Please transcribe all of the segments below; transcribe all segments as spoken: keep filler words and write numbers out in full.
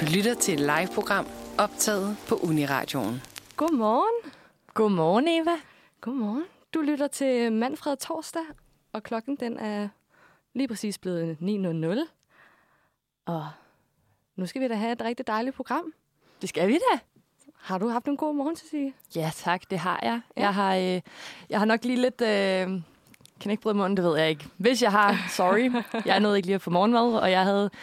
Du lytter til et live-program optaget på Uniradioen. Godmorgen. Godmorgen, Eva. Godmorgen. Du lytter til Manfred Torsdag, og klokken den er lige præcis blevet ni nul nul. Og nu skal vi da have et rigtig dejligt program. Det skal vi da. Har du haft en god morgen, Cecilie? Ja, tak. Det har jeg. Ja. Jeg har, øh, jeg har nok lige lidt... Øh, kan ikke bryde munden, det ved jeg ikke. Hvis jeg har, sorry. Jeg nåede ikke lige at få morgenmad, og jeg havde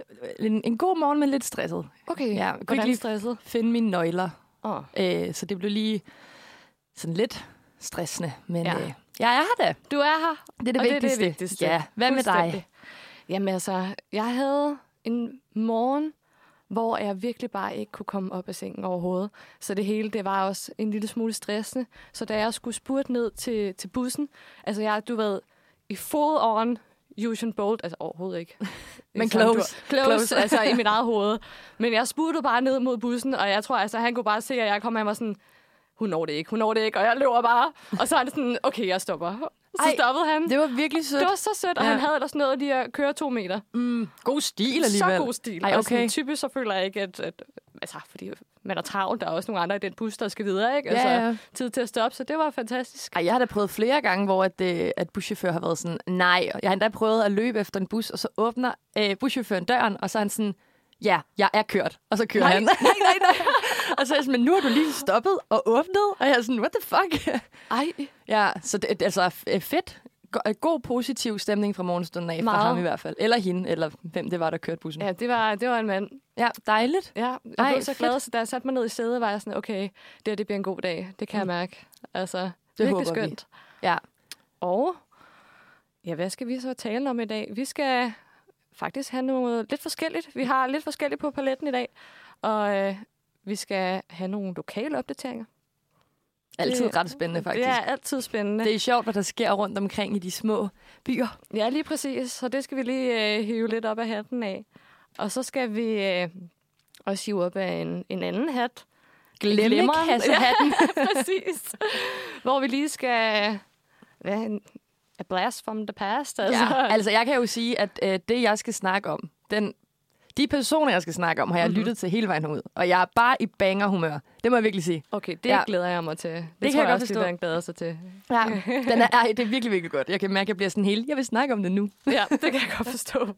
en, en god morgen, men lidt stresset. Okay, Ja, jeg kunne hvordan ikke lige stresset? finde mine nøgler. Oh. Øh, så det blev lige sådan lidt stressende. Men Ja. øh, jeg er her da. Du er her, Det er det og vigtigste. det er det vigtigste. Ja. Hvad med dig? Fuldstændig. Jamen altså, jeg havde en morgen, hvor jeg virkelig bare ikke kunne komme op af sengen overhovedet. Så det hele, det var også en lille smule stressende. Så da jeg skulle spurte ned til, til bussen, altså jeg, du ved, i full on Usain Bolt, altså overhovedet ikke. Men Sådan, close. du- Close, Close. altså i mit eget hoved. Men jeg spurgte bare ned mod bussen, og jeg tror, altså han kunne bare se, at jeg kom med mig sådan, hun når det ikke, hun når det ikke, og jeg løber bare. Og så er det sådan, okay, jeg stopper. Så Ej, stoppede han. Det var virkelig sødt. Det var så sødt, og Ja. han havde ellers noget lige at køre to meter. Mm, god stil alligevel. Så god stil. Ej, Og okay. sådan, typisk så føler jeg ikke, at, at... Altså, fordi man er travlt, der er også nogle andre i den bus, der skal videre, ikke? Ja, Altså, ja. tid til at stoppe, så det var fantastisk. Ej, jeg har da prøvet flere gange, hvor at, øh, at buschauffører har været sådan, nej. Jeg har endda prøvet at løbe efter en bus, og så åbner øh, buschaufføren døren, og så er han sådan, ja, jeg er kørt. Og så kører Nej, han. nej, nej, nej. Og så er jeg sådan, men nu har du lige stoppet og åbnet. Og jeg er sådan, what the fuck? Ej, Ja, så det altså f- fedt. Go- God, positiv stemning fra morgenstunden af, fra Meget. ham i hvert fald. Eller hende, eller hvem det var, der kørte bussen. ja, det var, det var en mand. Ja, dejligt. Ja, jeg Ej, blev så glad, fedt. så da jeg satte mig ned i sædet, var jeg sådan, okay, det her, det bliver en god dag. Det kan jeg mærke. Altså, det virkelig håber vi. skønt. Ja. Og, ja, hvad skal vi så tale om i dag? Vi skal faktisk have noget lidt forskelligt. Vi har lidt forskelligt på paletten i dag. Og øh, vi skal have nogle lokale opdateringer. Altid Det- ret spændende, faktisk. Det er altid spændende. Det er sjovt, hvad der sker rundt omkring i de små byer. Ja, lige præcis. Så det skal vi lige øh, hive lidt op af hatten af. Og så skal vi øh, også hive op af en, en anden hat. Glemmekassehatten. Ja, præcis. Hvor vi lige skal... Hvad? En, a blast from the past. Altså. Ja, altså jeg kan jo sige, at øh, det, jeg skal snakke om, den, de personer, jeg skal snakke om, har jeg Mhm. lyttet til hele vejen herud. Og jeg er bare i bangerhumør. Det må jeg virkelig sige. Okay, det Ja. ja. glæder jeg mig til. Det, kan tror jeg godt også, forstå. det er glæder sig til. Ja, den er, ej, det er virkelig, virkelig godt. Jeg kan mærke, at jeg bliver sådan helt, jeg vil snakke om det nu. Ja, det kan jeg godt forstå.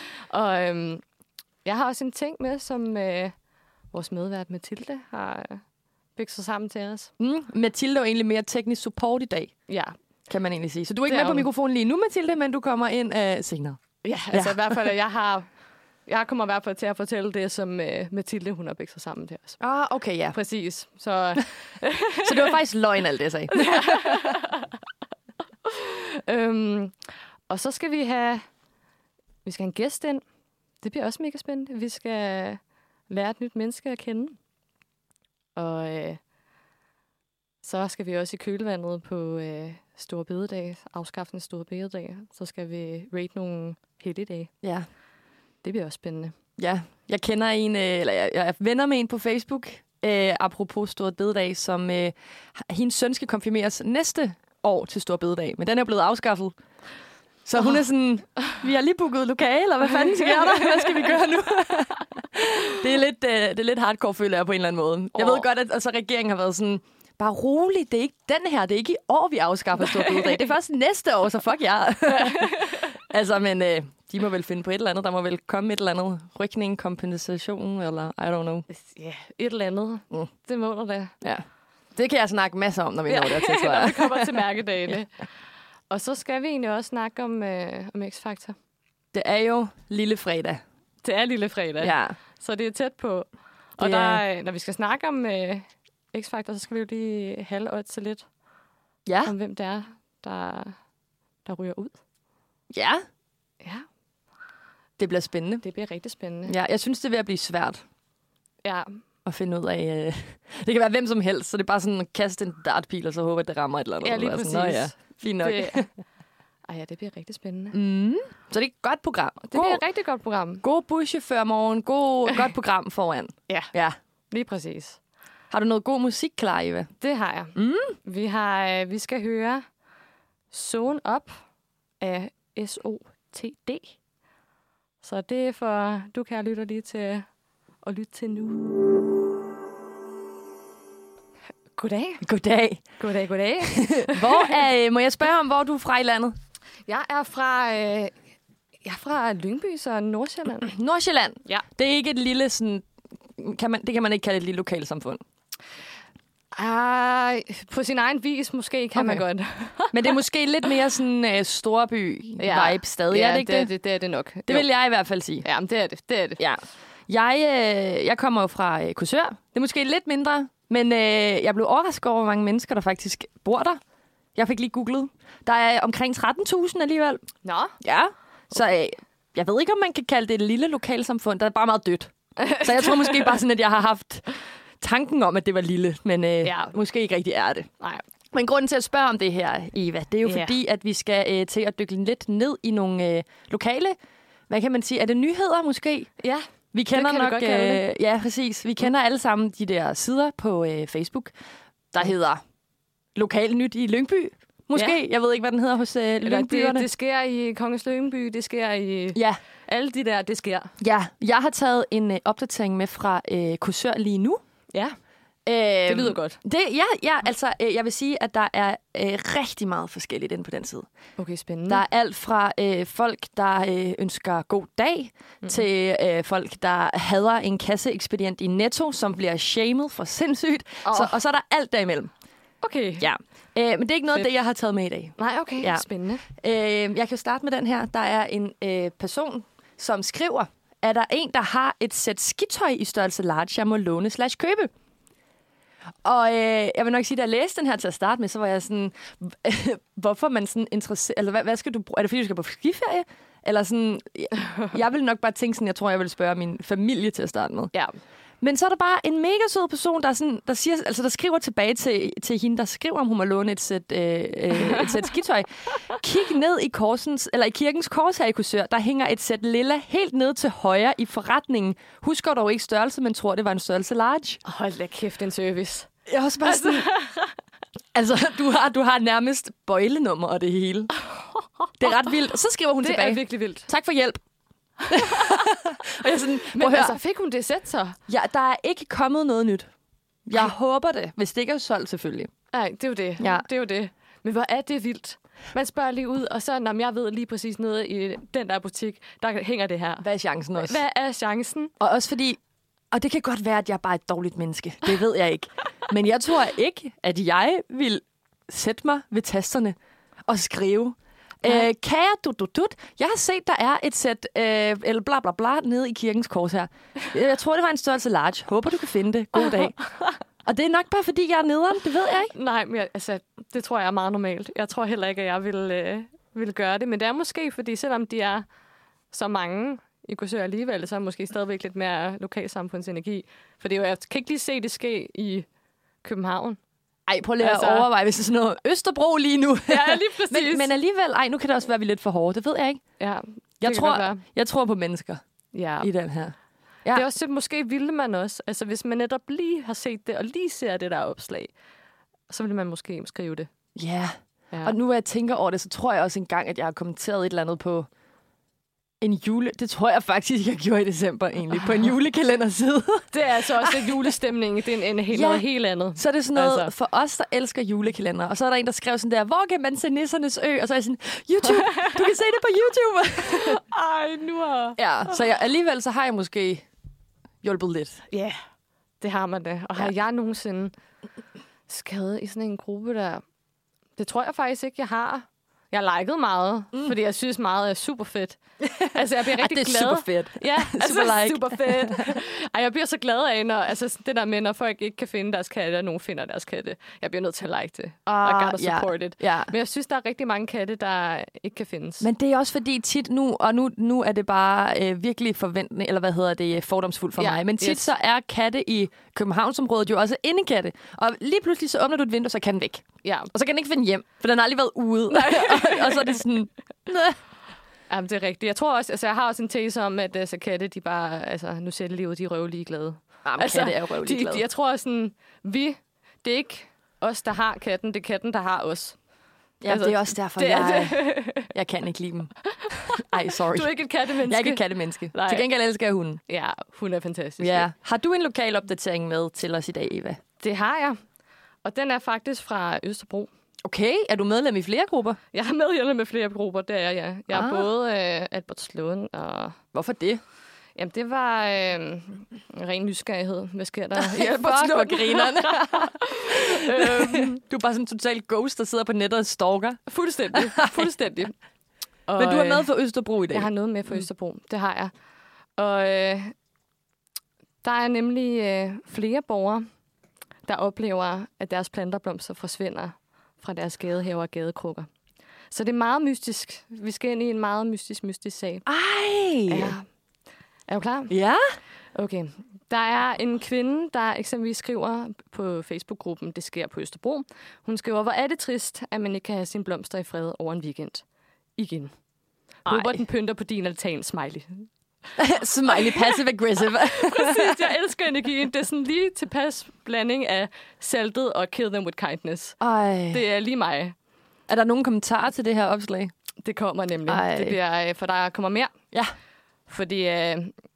Og øhm, jeg har også en ting med, som øh, vores medvært Mathilde har øh, bygget sig sammen til os. Mm, Mathilde er jo egentlig mere teknisk support i dag, Ja, kan man egentlig sige. Så du er ikke Det er med på hun. mikrofonen lige nu, Mathilde, men du kommer ind øh, senere. ja altså ja. i hvert fald, at jeg har... Jeg kommer i hvert fald til at fortælle det, som øh, Mathilde, hun har bygget sig sammen til os. Ah, okay, ja. Præcis. Så, Så det var faktisk løgn, alt det, jeg sagde. øhm, og så skal vi have... Vi skal have en gæst ind. Det bliver også mega spændende. Vi skal lære et nyt menneske at kende. Og øh, så skal vi også i kølvandet på øh, Store Bededag, afskaffelsen af Store Bededag. Så skal vi rate nogle helligdage. Ja. Det bliver også spændende. Ja, jeg kender en, øh, eller jeg, jeg er venner med en på Facebook, øh, apropos Store Bededag, som øh, hendes søn skal konfirmeres næste år til Store Bededag, men den er blevet afskaffet. Så hun er sådan, vi har lige booket lokale, eller hvad fanden sker der? Hvad skal vi gøre nu? det, er lidt, øh, det er lidt hardcore, føler jeg på en eller anden måde. Jeg ved Åh. godt, at altså, regeringen har været sådan, bare roligt, det er ikke den her, det er ikke i år, vi afskaffer Store Bededag. Det er først næste år, så fuck jer. altså, men øh, de må vel finde på et eller andet. Der må vel komme et eller andet rykning, kompensation, eller I don't know. Ja, et eller andet. Mm. Det må der da. Ja. Det kan jeg snakke masser om, når vi når dertil, tror Når jeg. vi kommer til mærkedagene. Og så skal vi egentlig også snakke om, øh, om X-Factor. Det er jo lille fredag. Det er lille fredag, Ja. så det er tæt på. Og Det der, er- er- når vi skal snakke om øh, X-Factor, så skal vi jo lige halvøjt til lidt Ja. om, hvem det er, der, der ryger ud. Ja. Ja, Det bliver spændende. det bliver rigtig spændende. Ja, jeg synes, det er ved at blive svært Ja, at finde ud af. Øh... Det kan være hvem som helst, så det er bare sådan at kaste en dartpil, og så håbe, at det rammer et eller andet. ja lige Og præcis. sådan, Nå ja, fint nok. Det, ej, ja, det bliver rigtig spændende. Mm. Så det er et godt program. Det bliver et rigtig godt program. God buschauffør morgen. God, godt program foran. Ja, Ja. lige præcis. Har du noget god musik klar, Eva? Det har jeg. Mm. Vi, har, øh, vi skal høre Zone Up af S O T D. Så det er for, du kan lytte lige til at lytte til nu. Goddag. Goddag. Goddag, goddag. Hvor er, må jeg spørge om, hvor du er fra i landet? Jeg er fra, øh, jeg er fra Lyngby, så Nordsjælland. Nordsjælland? Ja. Det er ikke et lille, sådan, kan man, det kan man ikke kalde et lille lokalsamfund. Ej, på sin egen vis måske kan okay. man godt. Men det er måske lidt mere sådan uh, storby-vibe ja. stadig, ja, er det ikke det? det? det? Det er det nok. Det jo. vil jeg i hvert fald sige. Ja, men det er det. Det er det. Ja. Jeg, øh, jeg kommer jo fra øh, Korsør. Det er måske lidt mindre, men øh, jeg blev overrasket over, hvor mange mennesker, der faktisk bor der. Jeg fik lige googlet. Der er omkring tretten tusind alligevel. Nå. Ja. Så øh, jeg ved ikke, om man kan kalde det et lille lokalsamfund. Der er bare meget dødt. Så jeg tror måske bare sådan, at jeg har haft tanken om, at det var lille, men øh, ja. måske ikke rigtig er det. Nej. Men grunden til at spørge om det her, Eva, det er jo yeah. fordi, at vi skal øh, til at dykke lidt ned i nogle øh, lokale, hvad kan man sige, er det nyheder måske? Ja, vi kender det kan nok, godt kalde øh, ja præcis, vi kender mm. alle sammen de der sider på øh, Facebook, der hedder Lokal Nyt i Lyngby. Måske, ja. jeg ved ikke, hvad den hedder hos øh, Lyngbyerne. Det, det sker i Kongens Lyngby, det sker i ja. alle de der, det sker. Ja, jeg har taget en øh, opdatering med fra øh, Korsør lige nu. Ja, øh, det lyder godt. Det, ja, ja, altså øh, jeg vil sige, at der er øh, rigtig meget forskelligt inde på den side. Okay, spændende. Der er alt fra øh, folk, der øh, ønsker god dag, mm. til øh, folk, der hader en kasseekspedient i Netto, som bliver shamed for sindssygt. Oh. Så, og så er der alt derimellem. Okay. Ja. Øh, men det er ikke noget af det, jeg har taget med i dag. Nej, okay. Ja. Spændende. Øh, jeg kan starte med den her. Der er en øh, person, som skriver, er der en, der har et sæt skitøj i størrelse large, jeg må låne slash købe. Og øh, jeg vil nok sige, da jeg læste den her til at starte med, så var jeg sådan, hvorfor man sådan interesseret, eller hvad, hvad skal du bruge? Er det fordi, du skal på skiferie? Eller sådan, jeg, jeg vil nok bare tænke sådan, jeg tror, jeg vil spørge min familie til at starte med. Ja. Men så er der bare en mega sød person, der, sådan, der, siger, altså der skriver tilbage til, til hende, der skriver, om hun må låne et sæt, øh, et sæt skitøj. Kig ned i, korsens, eller i kirkens kors her i Korsør. Der hænger et sæt lilla helt ned til højre i forretningen. Husker dog ikke størrelse, men tror, det var en størrelse large. Hold da kæft, en service. Jeg er også bare sådan... altså, du har, du har nærmest bøjlenummer og det hele. Det er ret vildt. Så skriver hun det tilbage. Det er virkelig vildt. Tak for hjælp. og jeg sådan, men høre. Altså, fik hun det sæt så? Ja, der er ikke kommet noget nyt. Jeg Ej. håber det, hvis det ikke er solgt selvfølgelig. Nej, det er jo det. Ja. Det er jo det. Men hvor er det vildt. Man spørger lige ud, og så, når jeg ved lige præcis nede i den der butik, der hænger det her. Hvad er chancen også? Hvad er chancen? Og også fordi, og det kan godt være, at jeg er bare et dårligt menneske. Det ved jeg ikke. Men jeg tror ikke, at jeg vil sætte mig ved tasterne og skrive... Øh, kære dut, dut, dut. Jeg har set, der er et sæt, øh, eller bla bla bla, nede i kirkens kors her. Jeg tror, det var en størrelse large. Håber, du kan finde det. God dag. Og det er nok bare, fordi jeg er nederen. Det ved jeg ikke. Nej, men jeg, altså, det tror jeg er meget normalt. Jeg tror heller ikke, at jeg vil, øh, vil gøre det. Men det er måske, fordi selvom de er så mange i Korsør alligevel, så er måske stadigvæk lidt mere lokalsamfundsenergi. For det er jo, jeg kan ikke lige se det ske i København. Ej, prøv lige altså... at overveje, hvis det er sådan noget Østerbro lige nu. Ja, lige præcis. men, men alligevel, ej, nu kan det også være, vi er lidt for hårde. Det ved jeg ikke. Ja, jeg tror, jeg tror på mennesker ja. i den her. Ja. Det er også, måske ville man også, altså hvis man netop lige har set det, og lige ser det der opslag, så vil man måske skrive det. Ja, ja. Og nu hvor jeg tænker over det, så tror jeg også engang, at jeg har kommenteret et eller andet på en jule... Det tror jeg faktisk, jeg gjorde i december egentlig, på en julekalenderside. Det er altså også en julestemning. Det er en, en helt, ja. noget helt andet. Så er det sådan noget altså. For os, der elsker julekalender. Og så er der en, der skrev sådan der, hvor kan man se Nissernes Ø? Og så er jeg sådan, YouTube! Du kan se det på YouTube! Ej, nu har... Ja, så jeg, alligevel så har jeg måske hjulpet lidt. Ja, yeah, det har man da. Og har ja. jeg nogensinde skrevet i sådan en gruppe der? Det tror jeg faktisk ikke, jeg har. Jeg har liket meget, mm. fordi jeg synes meget er super fedt. Altså, jeg bliver rigtig glad. Det er glad. super fedt. Ja, altså, super, like. super fedt. Ej, jeg bliver så glad af, når altså, det der med, når folk ikke kan finde deres katte, og nogen finder deres katte. Jeg bliver nødt til at like det. Ah, I gotta support ja. it. Ja. Men jeg synes, der er rigtig mange katte, der ikke kan findes. Men det er også fordi tit nu, og nu, nu er det bare øh, virkelig forventning, eller hvad hedder det, fordomsfuldt for ja. mig. Men tit yes. så er katte i Københavnsområdet jo også indekatte. Og lige pludselig så åbner du et vindue, så kan den væk. Ja. Og så kan den ikke finde hjem, for den har aldrig været ude. og, og så er det sådan... Jamen, det er rigtigt. Jeg tror også, altså jeg har også en tese om, at altså, katte, de bare, altså nu ser det livet, de er røvlige glade. Jamen, altså, katte er røvlige glade. De, de, jeg tror sådan, vi, det er ikke os, der har katten, det er katten, der har os. Ja, altså, det er også derfor, det, jeg, jeg kan ikke lide dem. Ej, sorry. Du er ikke et kattemenneske? Jeg er ikke et kattemenneske. Nej. Til gengæld elsker jeg hunden. Ja, hun er fantastisk. Ja. Har du en lokal opdatering med til os i dag, Eva? Det har jeg. Og den er faktisk fra Østerbro. Okay, er du medlem i flere grupper? Jeg er medhjælp med flere grupper, det er jeg. Jeg er Ah. både øh, Albertslund og... Hvorfor det? Jamen, det var øh, ren nysgerrighed. Hvad sker der? Fuck, hvor grinerne. øhm, du er bare sådan en total ghost, der sidder på nettet og stalker. Fuldstændig. Fuldstændig. Og, Men du har med øh, for Østerbro i dag. Jeg har noget med for Østerbro. Det har jeg. Og øh, der er nemlig øh, flere borgere, der oplever, at deres planterblomster forsvinder fra deres gadehaver og gadekrukker. Så det er meget mystisk. Vi skal ind i en meget mystisk, mystisk sag. Ej! Ja. Er du klar? Ja? Okay. Der er en kvinde, der eksempelvis skriver på Facebook-gruppen, det sker på Østerbro. Hun skriver, hvor er det trist, at man ikke kan have sine blomster i fred over en weekend. Igen. Ej. Håber, den pynter på din altan, smiley. Smiley passive-aggressive. Præcis, jeg elsker energien. Det er sådan lige tilpas blanding af saltet og kill them with kindness. Ej. Det er lige mig. Er der nogen kommentarer til det her opslag? Det kommer nemlig. Ej. Det bliver, for der kommer mere. Ja. Fordi øh,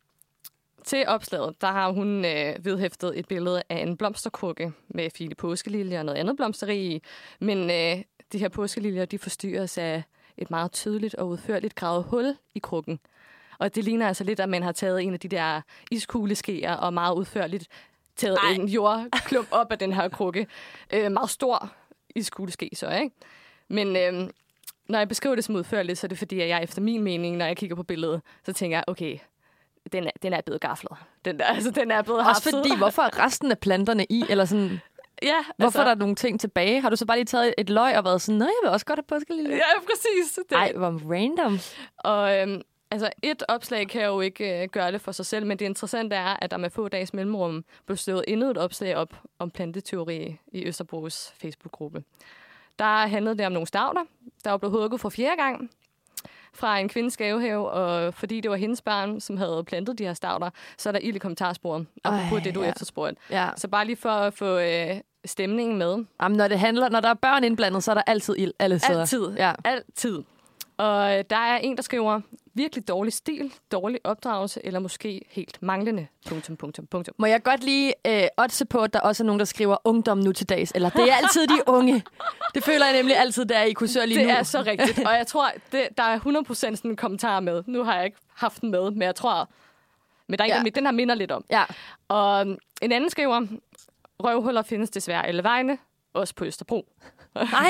til opslaget, der har hun øh, vedhæftet et billede af en blomsterkrukke med fine påskeliljer og noget andet blomsteri i. Men øh, de her påskeliljer, de forstyrres af et meget tydeligt og udførligt gravet hul i krukken. Og det ligner altså lidt, at man har taget en af de der iskugleskeer og meget udførligt taget Ej. en jordklump op af den her krukke. Øh, meget stor iskugleske så, ikke? Men øh, når jeg beskriver det som udførligt, så er det fordi, at jeg efter min mening, når jeg kigger på billedet, så tænker jeg, okay, den er, den er blevet gaflet. Den, der, altså, den er blevet Også hapset. fordi, hvorfor er resten af planterne i? Eller sådan, Ja, hvorfor altså, er der nogle ting tilbage? Har du så bare lige taget et løg og været sådan, nej, jeg vil også godt have påskeliljer? Ja, præcis. Det. Ej, hvor random. Og øhm, altså, et opslag kan jo ikke øh, gøre det for sig selv, men det interessante er, at der med få dages mellemrum blev slået endnu et opslag op om planteteori i Østerbros Facebook-gruppe. Der handlede det om nogle stauder, der var blevet hugget for fjerde gang fra en kvindes gavehave, og fordi det var hendes børn, som havde plantet de her stauder, så er der ild i kommentarsporet, apropos det, du ja. efterspurgte. Ja. Så bare lige for at få øh, stemningen med. Jamen, når det handler, når der er børn indblandet, så er der altid ild alle steder. Altid. Ja. Altid. Og øh, der er en, der skriver, virkelig dårlig stil, dårlig opdragelse, eller måske helt manglende. Punktum, punktum, punktum. Må jeg godt lige øh, oddse på, at der også er nogen, der skriver ungdom nu til dags, eller det er altid de unge. Det føler jeg nemlig altid, der er i kursør lige Det nu. er så rigtigt, og jeg tror, det, der er hundrede procent sådan en kommentar med. Nu har jeg ikke haft den med, men jeg tror, men der er en, Ja. der, den her minder lidt om. Ja. Og øhm, en anden skriver, røvhuller findes desværre alle vegne, også på Østerbro. Nej,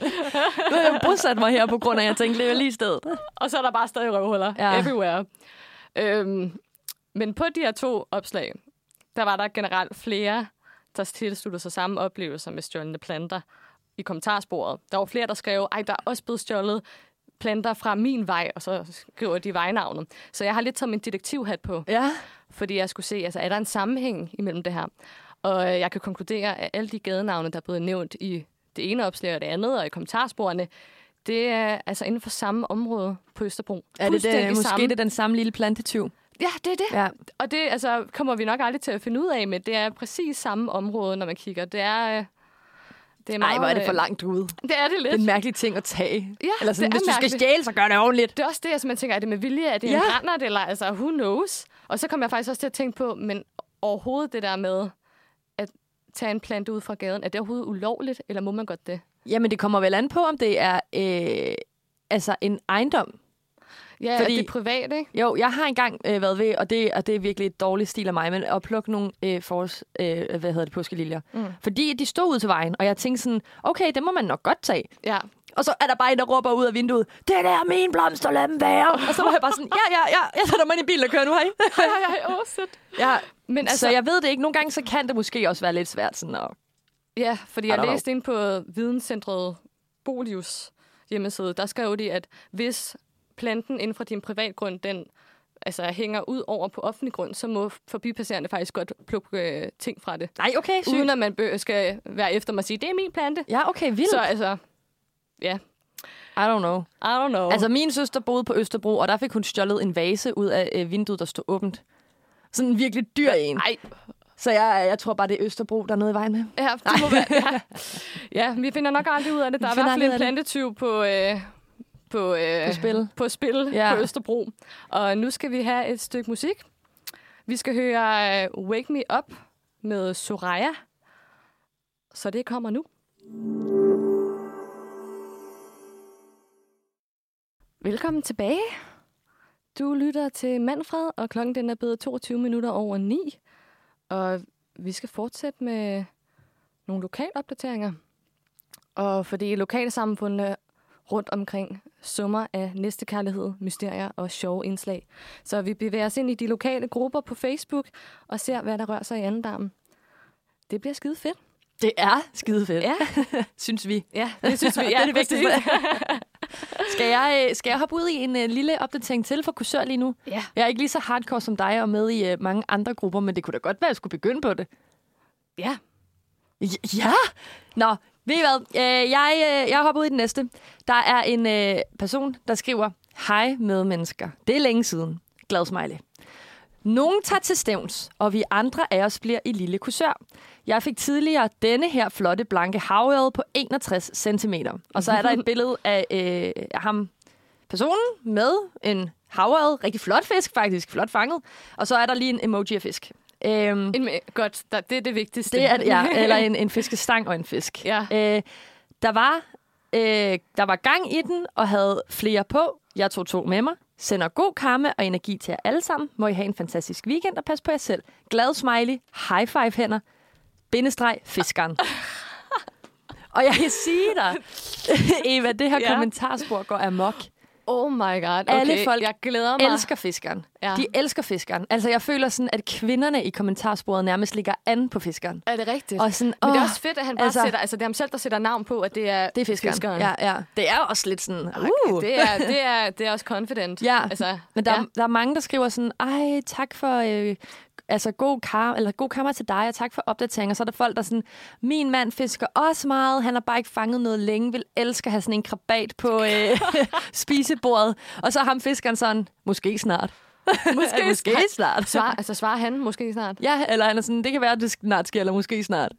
nu har jeg bosat mig her på grund af, at jeg tænkte, det er lige stedet. Og så er der bare stadig røvhuller Ja. everywhere. Øhm, men på de her to opslag, der var der generelt flere, der tilsluttede sig samme oplevelser med stjålne planter i kommentarsporet. Der var flere, der skrev, ej, der er også blevet stjålet planter fra min vej, og så skriver de vejnavnet. Så jeg har lidt taget min detektivhat på, Ja. fordi jeg skulle se, altså, er der en sammenhæng imellem det her? Og øh, jeg kan konkludere, at alle de gadenavne, der er blevet nævnt i det ene opslag og det andet, og i kommentarsporene, det er altså inden for samme område på Østerbro. Er det, det Fuldstændig måske samme. det er den samme lille plantetyv? Ja, det er det. Ja. Og det altså, kommer vi nok aldrig til at finde ud af, men det er præcis samme område, når man kigger. Det er, øh, det er meget, Nej, hvor er det for øh, langt ude. Det er det lidt. Det er en mærkelig ting at tage. Ja, Eller sådan, det er hvis du skal mærkeligt. stjæle, så gør det ordentligt. Det er også det, altså, man tænker, er det med vilje? Er det Ja. en brændert? Eller altså, who knows? Og så kom jeg faktisk også til at tænke på, men overhovedet det der med at tage en plante ud fra gaden, er det overhovedet ulovligt, eller må man godt det? Jamen, det kommer vel an på, om det er øh, altså en ejendom. Ja, Fordi- er det privat, ikke? Jo, jeg har engang øh, været ved, og det, og det er virkelig et dårligt stil af mig, men at plukke nogle øh, forårs, øh, hvad hedder det, påskeliljer. Mm. Fordi de stod ud til vejen, og jeg tænkte sådan, okay, det må man nok godt tage. Ja. Og så er der bare en, der råber ud af vinduet, det der er min blomster, lad dem være. Og så var jeg bare sådan, ja, ja, ja, jeg sætter mig ind i bilen og kører nu, hej. Ej, ej, ej, oh, shit. Ja, Men altså, altså, så jeg ved det ikke. Nogle gange så kan det måske også være lidt svært sådan at... ja, fordi I jeg don't know. læste ind på videnscentret Bolius hjemmeside, der skrev de, at hvis planten inden for din privatgrund, den altså hænger ud over på offentlig grund, så må forbipasserende faktisk godt plukke øh, ting fra det. Nej, okay, sygt. Uden at man bø- skal være efter mig og sige, det er min plante. Ja, okay, vildt. Så altså, ja, I don't know. I don't know. Altså, min søster boede på Østerbro, og der fik hun stjålet en vase ud af øh, vinduet, der stod åbent. Sådan en virkelig dyr en. Ej, Så jeg, jeg tror bare, det er Østerbro, der er noget i vejen med. ja, det må være, ja. ja, vi finder nok aldrig ud af det. Der Vi er i finder hvert fald aldrig en ud af det. plantetyv på, øh, på, øh, På spil. på, spil Ja. på Østerbro. Og nu skal vi have et stykke musik. Vi skal høre uh, Wake Me Up med Soraya. Så det kommer nu. Velkommen tilbage. Du lytter til Manfred, og klokken den er blevet toogtyve minutter over ni. Og vi skal fortsætte med nogle lokalopdateringer. Og fordi lokalsamfundene rundt omkring summer af næstekærlighed, mysterier og sjove indslag. Så vi bevæger os ind i de lokale grupper på Facebook og ser, hvad der rører sig i Andendarmen. Det bliver skide fedt. Det er skide fedt, Ja, synes vi. ja det synes vi. Ja, det er det præcis. vigtigste. Skal jeg, skal jeg hoppe ud i en uh, lille opdatering til for kursør lige nu? Ja. Jeg er ikke lige så hardcore som dig og med i uh, mange andre grupper, men det kunne da godt være, at jeg skulle begynde på det. Ja. Ja? Nå, ved I hvad? Øh, jeg, øh, jeg hopper ud i den næste. Der er en øh, person, der skriver, hej medmennesker. Det er længe siden. Glad smiley. Nogen tager til stævns, og vi andre af os bliver i lille kursør. Jeg fik tidligere denne her flotte blanke havørred på enogtres centimeter. Og så er der et billede af øh, ham, personen, med en havørred. Rigtig flot fisk faktisk, flot fanget. Og så er der lige en emoji af fisk. Øhm, En, godt, der, det er det vigtigste. det er, ja, eller en, en fiskestang og en fisk. Ja. Øh, der, var, øh, der var gang i den, og havde flere på. Jeg tog to med mig. Sender god karma og energi til jer alle sammen. Må I have en fantastisk weekend, og pas på jer selv. Glad smiley, high five hænder, bindestreg, fiskeren. Og jeg kan sige dig, Eva, det her Ja. kommentarspor går amok. Oh my god. Okay, Alle folk jeg glæder mig. elsker fiskeren. Ja. De elsker fiskeren. Altså, jeg føler sådan, at kvinderne i kommentarsporet nærmest ligger an på fiskeren. Er det rigtigt? Og sådan, Men det er åh, også fedt, at han bare altså- sætter... Altså, det er ham selv, der sætter navn på, at det er, det er fiskeren. fiskeren. Ja, ja. Det er også lidt sådan, uh. Det er, det, er, det er også confident. Ja, Altså, men der, ja. ja. der er mange, der skriver sådan, ej, tak for... Øh, altså god kar, eller god kammer til dig, og tak for opdatering. Og så er der folk, der sådan, min mand fisker også meget, han har bare ikke fanget noget længe, vil elske at have sådan en krabat på øh, spisebordet. Og så er ham fiskeren sådan, måske snart. Måske, måske snart. Svar, altså, svarer han måske snart? Ja, eller han er sådan, det kan være, at det snart sker, eller måske snart.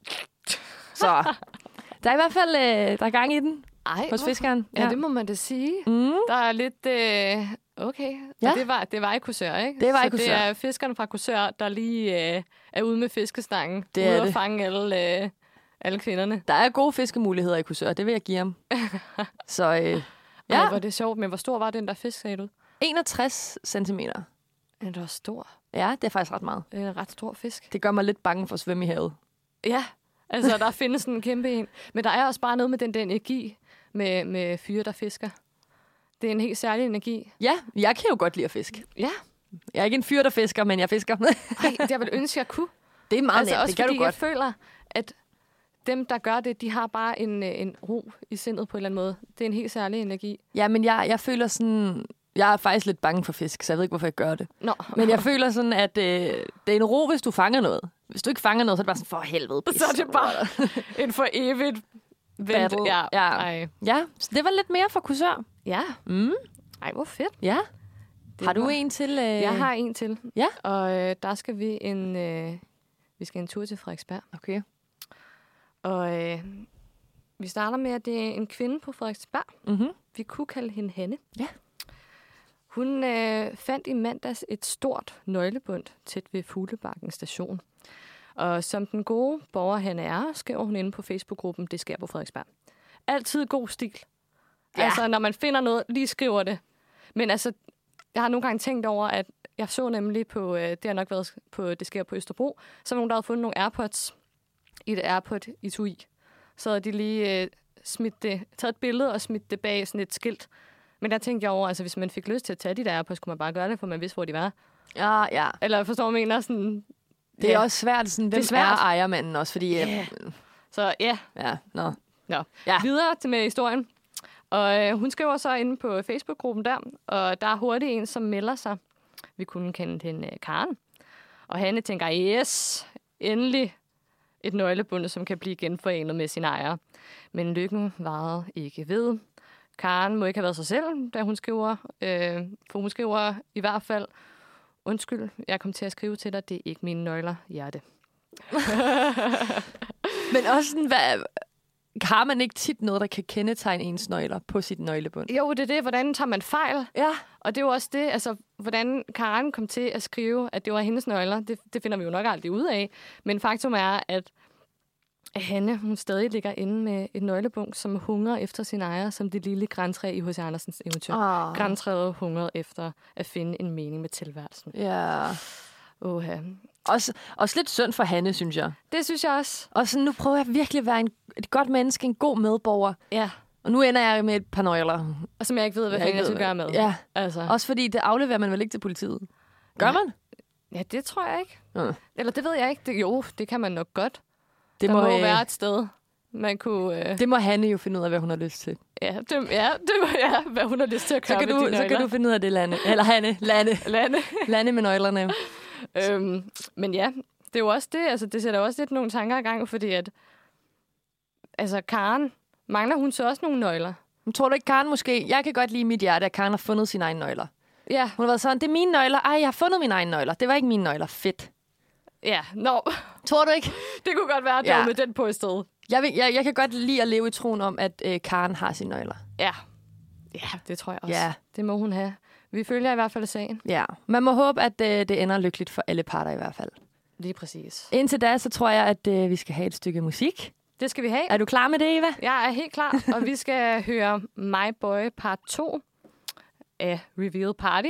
Så der er i hvert fald, øh, der er gang i den Ej, hos fiskeren. Ja, det må man da sige. Mm. Der er lidt... Øh, okay. Ja. Og det var, det var i Korsør, ikke? Det var i Så Korsør. det er fiskerne fra Korsør, der lige øh, er ude med fiskestangen. Det ude er at det. fange alle, øh, alle kvinderne. Der er gode fiskemuligheder i Korsør, det vil jeg give ham. Så øh, Ja. ja, Ej, hvor er det sjovt. Men hvor stor var den der fisk, sagde du? enogtres centimeter. Den var stor. Ja, det er faktisk ret meget. Det er en ret stor fisk. Det gør mig lidt bange for at svømme i havet. Ja, altså der findes sådan en kæmpe en. Men der er også bare noget med den der energi med, med fyre, der fisker. Det er en helt særlig energi. Ja, jeg kan jo godt lide at fiske. Ja. Jeg er ikke en fyr, der fisker, men jeg fisker. Ej, jeg vil ønske, jeg kunne. Det er meget Altså nemt, også det kan fordi du godt. jeg føler, at dem, der gør det, de har bare en, øh, en ro i sindet på en eller anden måde. Det er en helt særlig energi. Ja, men jeg, jeg føler sådan... Jeg er faktisk lidt bange for fisk, så jeg ved ikke, hvorfor jeg gør det. Nå. Men jeg føler sådan, at øh, det er en ro, hvis du fanger noget. Hvis du ikke fanger noget, så er det bare sådan, for helvede. Pis. Så er det bare en for evigt vent. Battle. Ja. Ja. Ej. Ja, så det var lidt mere for kursør. Ja. Mm. Ej, hvor fedt. Ja. Det Har du var- en til? Øh... Jeg har en til. Ja. Og øh, der skal vi en, øh, vi skal en tur til Frederiksberg. Okay. Og øh, vi starter med, at det er en kvinde på Frederiksberg. Mm-hmm. Vi kunne kalde hende Hanne. Ja. Hun øh, fandt i mandags et stort nøglebund tæt ved Fuglebakken station. Og som den gode borger, han er, skriver hun inde på Facebook-gruppen Det sker på Frederiksberg. Altid god stil. Ja. Altså, når man finder noget, lige skriver det. Men altså, jeg har nogle gange tænkt over, at jeg så nemlig på, øh, det har nok været på Det sker på Østerbro, så var nogen, der havde fundet nogle AirPods i et AirPod-etui. Så havde de lige øh, smidt det, taget et billede og smidt det bag sådan et skilt. Men der tænkte jeg over, altså hvis man fik lyst til at tage de der AirPods, kunne man bare gøre det, for man vidste, hvor de var. Ja, ja. Eller forstår du, hvad jeg mener? Sådan, Det er ja. også svært, sådan, hvem Det er svært. er ejermanden også, fordi... Ja. Så ja, Ja, nå. Nå. Ja. Videre til med historien. Og øh, hun skriver så inde på Facebook-gruppen der, og der er hurtigt en, som melder sig. Vi kunne kende hende øh, Karen. Og Hanne tænker, yes, endelig et nøglebunde, som kan blive genforenet med sin ejer. Men lykken varede ikke ved. Karen må ikke have været sig selv, da hun skriver, øh, for hun skriver i hvert fald, undskyld, jeg kom til at skrive til dig, det er ikke mine nøgler, hjerte. Men også sådan, hvad... har man ikke tit noget, der kan kendetegne ens nøgler på sit nøglebund? Jo, det er det. Hvordan tager man fejl? Ja. Og det er jo også det, altså, hvordan Karen kom til at skrive, at det var hendes nøgler. Det, det finder vi jo nok aldrig ud af. Men faktum er, at Hanne, hun stadig ligger inde med et nøglebunk, som hungrer efter sin ejer, som det lille grantræ i H C Andersens eventyr. Oh. Grantræet hungrede efter at finde en mening med tilværelsen. Ja. Oha. Også, også lidt synd for Hanne, synes jeg. Det synes jeg også. Og så nu prøver jeg virkelig at være en, et godt menneske, en god medborger. Ja. Og nu ender jeg med et par nøgler. Og som jeg ikke ved, hvad jeg, jeg skal gøre med. Ja. Altså. Også fordi det afleverer man vel ikke til politiet. Gør man? Ja, det tror jeg ikke. Ja. Eller det ved jeg ikke. Det, jo, det kan man nok godt. Det Der må, må øh, være et sted, man kunne... Øh... Det må Hanne jo finde ud af, hvad hun har lyst til. Ja, det, ja, det må ja, hvad hun har lyst til at Så gøre kan, med du, de så kan du finde ud af det, Lande. Eller Hanne. Lande. Lande. Lande med nøglerne. øhm, men ja, det er jo også det. Altså, det sætter også lidt nogle tanker i gang, fordi at... Altså, Karen, mangler hun så også nogle nøgler? Men tror du ikke, Karen måske... Jeg kan godt lide mit hjerte, at Karen har fundet sine egne nøgler. Ja. Hun har været sådan, det er mine nøgler. Ej, jeg har fundet mine egne nøgler. Det var ikke mine nøgler. Fedt. Ja, nå. Tror du ikke? Det kunne godt være, at Ja. ja. med den på et sted. Jeg, vil, jeg, jeg kan godt lide at leve i troen om, at øh, Karen har sine nøgler. Ja. Ja, det tror jeg også. Ja. Det må hun have. Vi følger i hvert fald sagen. Ja. Man må håbe, at øh, det ender lykkeligt for alle parter i hvert fald. Lige præcis. Indtil da, så tror jeg, at øh, vi skal have et stykke musik. Det skal vi have. Er du klar med det, Eva? Jeg er helt klar, og vi skal høre My Boy part to af Reveal Party.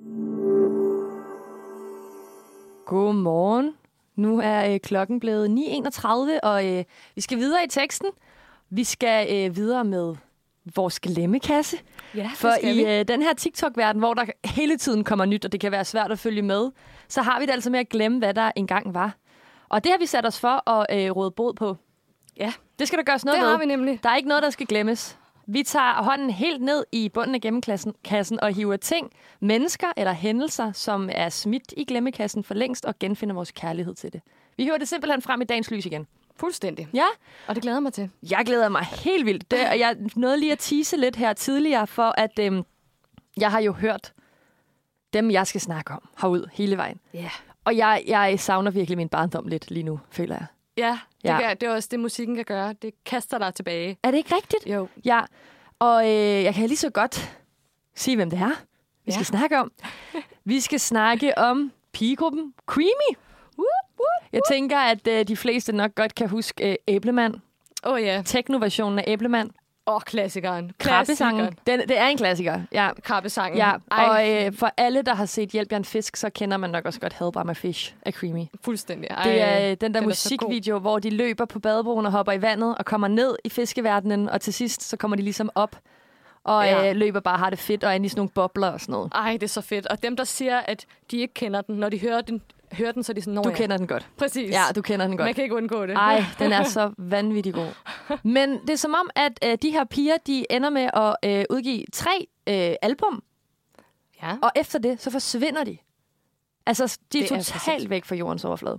Godmorgen. Nu er øh, klokken blevet ni enogtredive, og øh, vi skal videre i teksten. Vi skal øh, videre med vores glemmekasse. Ja, For i øh, den her TikTok-verden, hvor der hele tiden kommer nyt, og det kan være svært at følge med, så har vi det altså med at glemme, hvad der engang var. Og det har vi sat os for at øh, råde bod på. Ja, Det skal der gøres noget det ved. har vi nemlig. Der er ikke noget, der skal glemmes. Vi tager hånden helt ned i bunden af glemmekassen kassen og hiver ting, mennesker eller hændelser, som er smidt i glemmekassen for længst, og genfinder vores kærlighed til det. Vi hiver det simpelthen frem i dagens lys igen. Fuldstændig. Ja, Og det glæder jeg mig til. jeg glæder mig helt vildt. Det, og jeg nåede lige at tease lidt her tidligere, for at øhm, jeg har jo hørt dem, jeg skal snakke om, herud hele vejen. Ja. Yeah. Og jeg, jeg savner virkelig min barndom lidt lige nu, føler jeg. Ja, det, Ja. Kan, det er også det, musikken kan gøre. Det kaster dig tilbage. Er det ikke rigtigt? Jo. Ja, og øh, jeg kan lige så godt sige, hvem det er, vi Ja. skal snakke om. Vi skal snakke om pigegruppen Creamy. Jeg tænker, at øh, de fleste nok godt kan huske øh, Æblemand. Åh oh, ja. Techno-versionen af Æblemand. Åh, oh, klassikeren. Krabbesangen. Den, det er en klassiker, ja. Krabbesangen. Ja, Ej, og øh, for alle, der har set Hjælp jer en fisk, så kender man nok også godt Help I'm a Fish af Creamy. fuldstændig. Ej, Det er øh, den der den er så musikvideo, hvor de løber på badebroen og hopper i vandet og kommer ned i fiskeverdenen, og til sidst så kommer de ligesom op og Ja. øh, løber bare og har det fedt og er inde i sådan nogle bobler og sådan noget. Ej, det er så fedt. Og dem, der siger, at de ikke kender den, når de hører den, hører den så er de sådan, Nå, Du ja. kender den godt. Præcis. Ja, du kender den godt. Man kan ikke undgå det. Ej, den er så vanvittig god. Men det er som om, at øh, de her piger, de ender med at øh, udgive tre øh, album, Ja. og efter det, så forsvinder de. Altså, de er Det er totalt præcis. væk fra jordens overflade.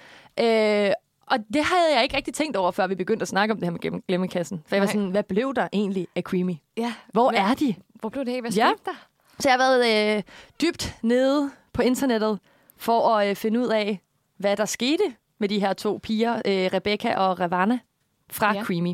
Øh, og det havde jeg ikke rigtig tænkt over, før vi begyndte at snakke om det her med glem- glemmekassen. For jeg var Nej. sådan, hvad blev der egentlig af Creamy? ja. Hvor Hvad- er de? Hvor blev det af? Hvad Ja. skete der? Så jeg har været øh, dybt nede på internettet for at øh, finde ud af, hvad der skete med de her to piger, øh, Rebecca og Ravana fra Ja. ja. Creamy.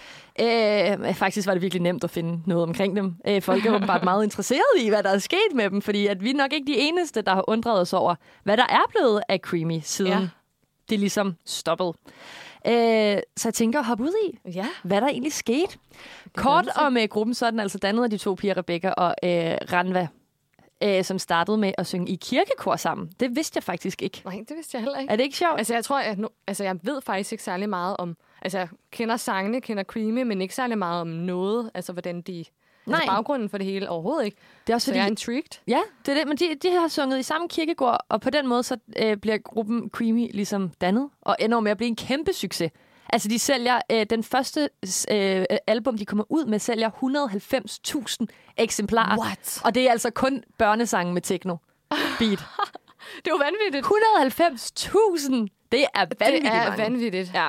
Øh, faktisk var det virkelig nemt at finde noget omkring dem. Øh, folk er åbenbart meget interesserede i, hvad der er sket med dem, fordi at vi er nok ikke de eneste, der har undret os over, hvad der er blevet af Creamy, siden Ja. ja. det ligesom stoppede. Øh, så jeg tænker at hoppe ud i, Ja. hvad der egentlig skete. Kort dannelse. om uh, gruppen, så er den altså dannet af de to piger, Rebecca og uh, Ranva, uh, som startede med at synge i kirkekor sammen. Det vidste jeg faktisk ikke. Nej, det vidste jeg heller ikke. Er det ikke sjovt? Altså, jeg tror, at nu, altså, jeg ved faktisk ikke særlig meget om... Altså, jeg kender sangene, kender Creamy, men ikke særlig meget om noget. Altså, hvordan de... Nej. Altså, baggrunden for det hele overhovedet ikke. Det er også Så fordi, jeg er intrigued. ja, det er det, men de, de har sunget i samme kirkegård, og på den måde så uh, bliver gruppen Creamy ligesom dannet, og ender med at blive en kæmpe succes. Altså, de sælger øh, den første øh, album, de kommer ud med, sælger et hundrede og halvfems tusind eksemplarer. What? Og det er altså kun børnesange med techno beat. Det er jo vanvittigt. et hundrede og halvfems tusind! Det er vanvittigt Det er mange. vanvittigt. Ja.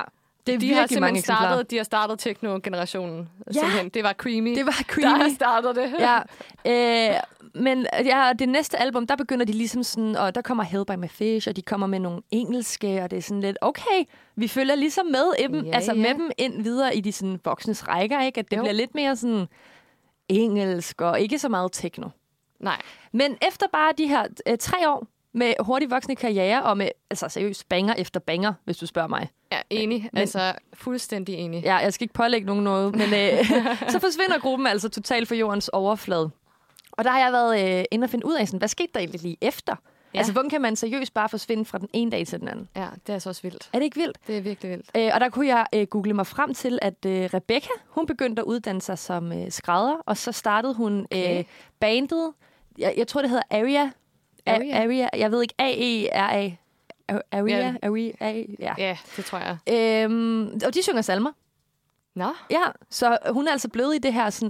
Det er de har virkelig mange simpelthen eksemplarer. startet, de har startet tekno-generationen. Ja. Simpelthen. Det var Creamy. Det var Der Creamy. har startet det. Ja, øh, men ja, det næste album, der begynder de ligesom sådan, og der kommer Hell by My Fish, og de kommer med nogle engelske, og det er sådan lidt, okay, vi følger ligesom med i dem, Ja, altså ja. med dem ind videre i de sådan voksnes rækker, ikke? At det Jo. bliver lidt mere sådan engelsk, og ikke så meget techno. Nej. Men efter bare de her øh, tre år med hurtig voksne karriere, og med altså seriøst banger efter banger, hvis du spørger mig. Ja, enig. Men- altså, fuldstændig enig. Ja, jeg skal ikke pålægge nogen noget, men øh, så forsvinder gruppen altså totalt fra jordens overflade. Og der har jeg været øh, inde og finde ud af, sådan, hvad skete der egentlig lige efter? Ja. Altså, hvordan kan man seriøst bare forsvinde fra den ene dag til den anden? Ja, det er så også vildt. Er det ikke vildt? Det er virkelig vildt. Øh, og der kunne jeg øh, google mig frem til, at øh, Rebecca, hun begyndte at uddanne sig som øh, skrædder, og så startede hun Okay. øh, bandet, jeg, jeg tror, det hedder Aria. Aria? A- Aria. Jeg ved ikke, A E R A. Aria? Ja. Aria? A- ja. Ja, det tror jeg. Øhm, og de synger salmer. Nå, Ja, så hun er altså blevet i det her sådan,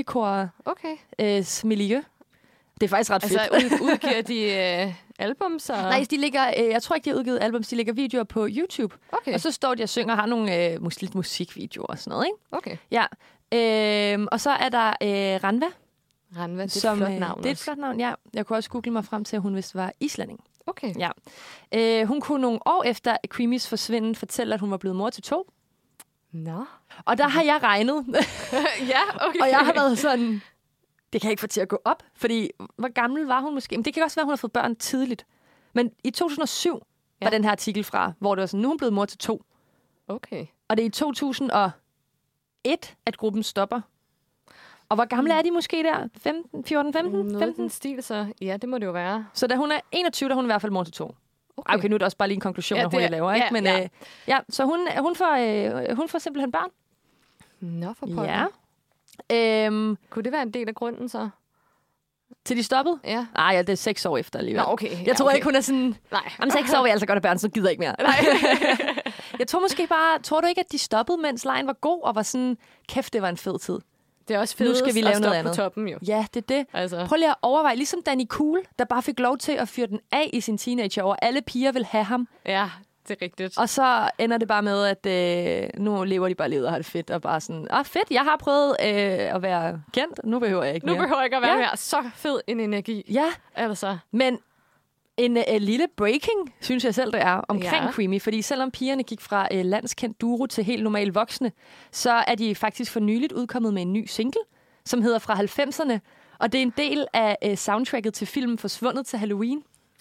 kirkekor-miljø. okay. Det er faktisk ret fedt. Altså, ud, udgiver de øh, album, så... Nej, de ligger, øh, jeg tror ikke, de har udgivet album, de lægger videoer på YouTube. Okay, Og så står de og synger og har nogle øh, mus- lidt musikvideoer og sådan noget, ikke? okay. Ja. Øhm, og så er der øh, Ranva. Ranva, det er som, et flot øh, navn Det er et også. flot navn, ja. Jeg kunne også google mig frem til, at hun vist var islanding. Okay. Ja. Øh, hun kunne nogle år efter Creamys forsvinden fortælle, at hun var blevet mor til to. Nå. Og der har jeg regnet, ja, okay. og jeg har været sådan, det kan jeg ikke få til at gå op, fordi hvor gammel var hun måske? Men det kan også være, at hun har fået børn tidligt. Men i to tusind og syv ja. var den her artikel fra, hvor det var sådan, nu er hun blevet mor til to. Okay. Og det er i to tusind og et, at gruppen stopper. Og hvor gamle er de måske der? femten, fjorten, femten? Noget i femten? den stil, så ja, det må det jo være. Så da hun er enogtyve, der er hun i hvert fald mor til to. Okay, okay nu er det også bare lige en konklusion, Ja, ja, det hun er- laver, ikke? ja, Men ja. Øh, ja, så hun, hun, får, øh, hun får simpelthen børn. Nå, for pokker. Ja. Øhm, Kunne det være en del af grunden, så? til de stoppede? Ja. Nej, ja, det er seks år efter alligevel. Nå, okay. Jeg ja, tror okay. ikke, hun er sådan, Nej. om seks år vil jeg altså godt have børn, så gider jeg ikke mere. Nej. Jeg tror måske bare, tror du ikke, at de stoppede, mens lejen var god, og var sådan, kæft, det var en fed tid. Det er også Nu fedt skal vi lave at noget stoppe andet. på toppen, jo. Ja, det er det. Altså. Prøv lige at overveje, ligesom Danny Cool, der bare fik lov til at fyre den af i sin teenageår. Alle piger vil have ham. Ja, det er rigtigt. Og så ender det bare med, at øh, nu lever de bare livet og har det fedt. Og bare sådan, ah fedt, jeg har prøvet øh, at være kendt. Nu behøver jeg ikke Nu mere. behøver jeg ikke at være Ja. mere. Så fed en energi. Ja, Altså. men en øh, lille breaking, synes jeg selv, det er, omkring Ja. Creamy. Fordi selvom pigerne gik fra øh, landskendt duo til helt normal voksne, så er de faktisk for nyligt udkommet med en ny single, som hedder Fra halvfemserne. Og det er en del af øh, soundtracket til filmen Forsvundet til Halloween.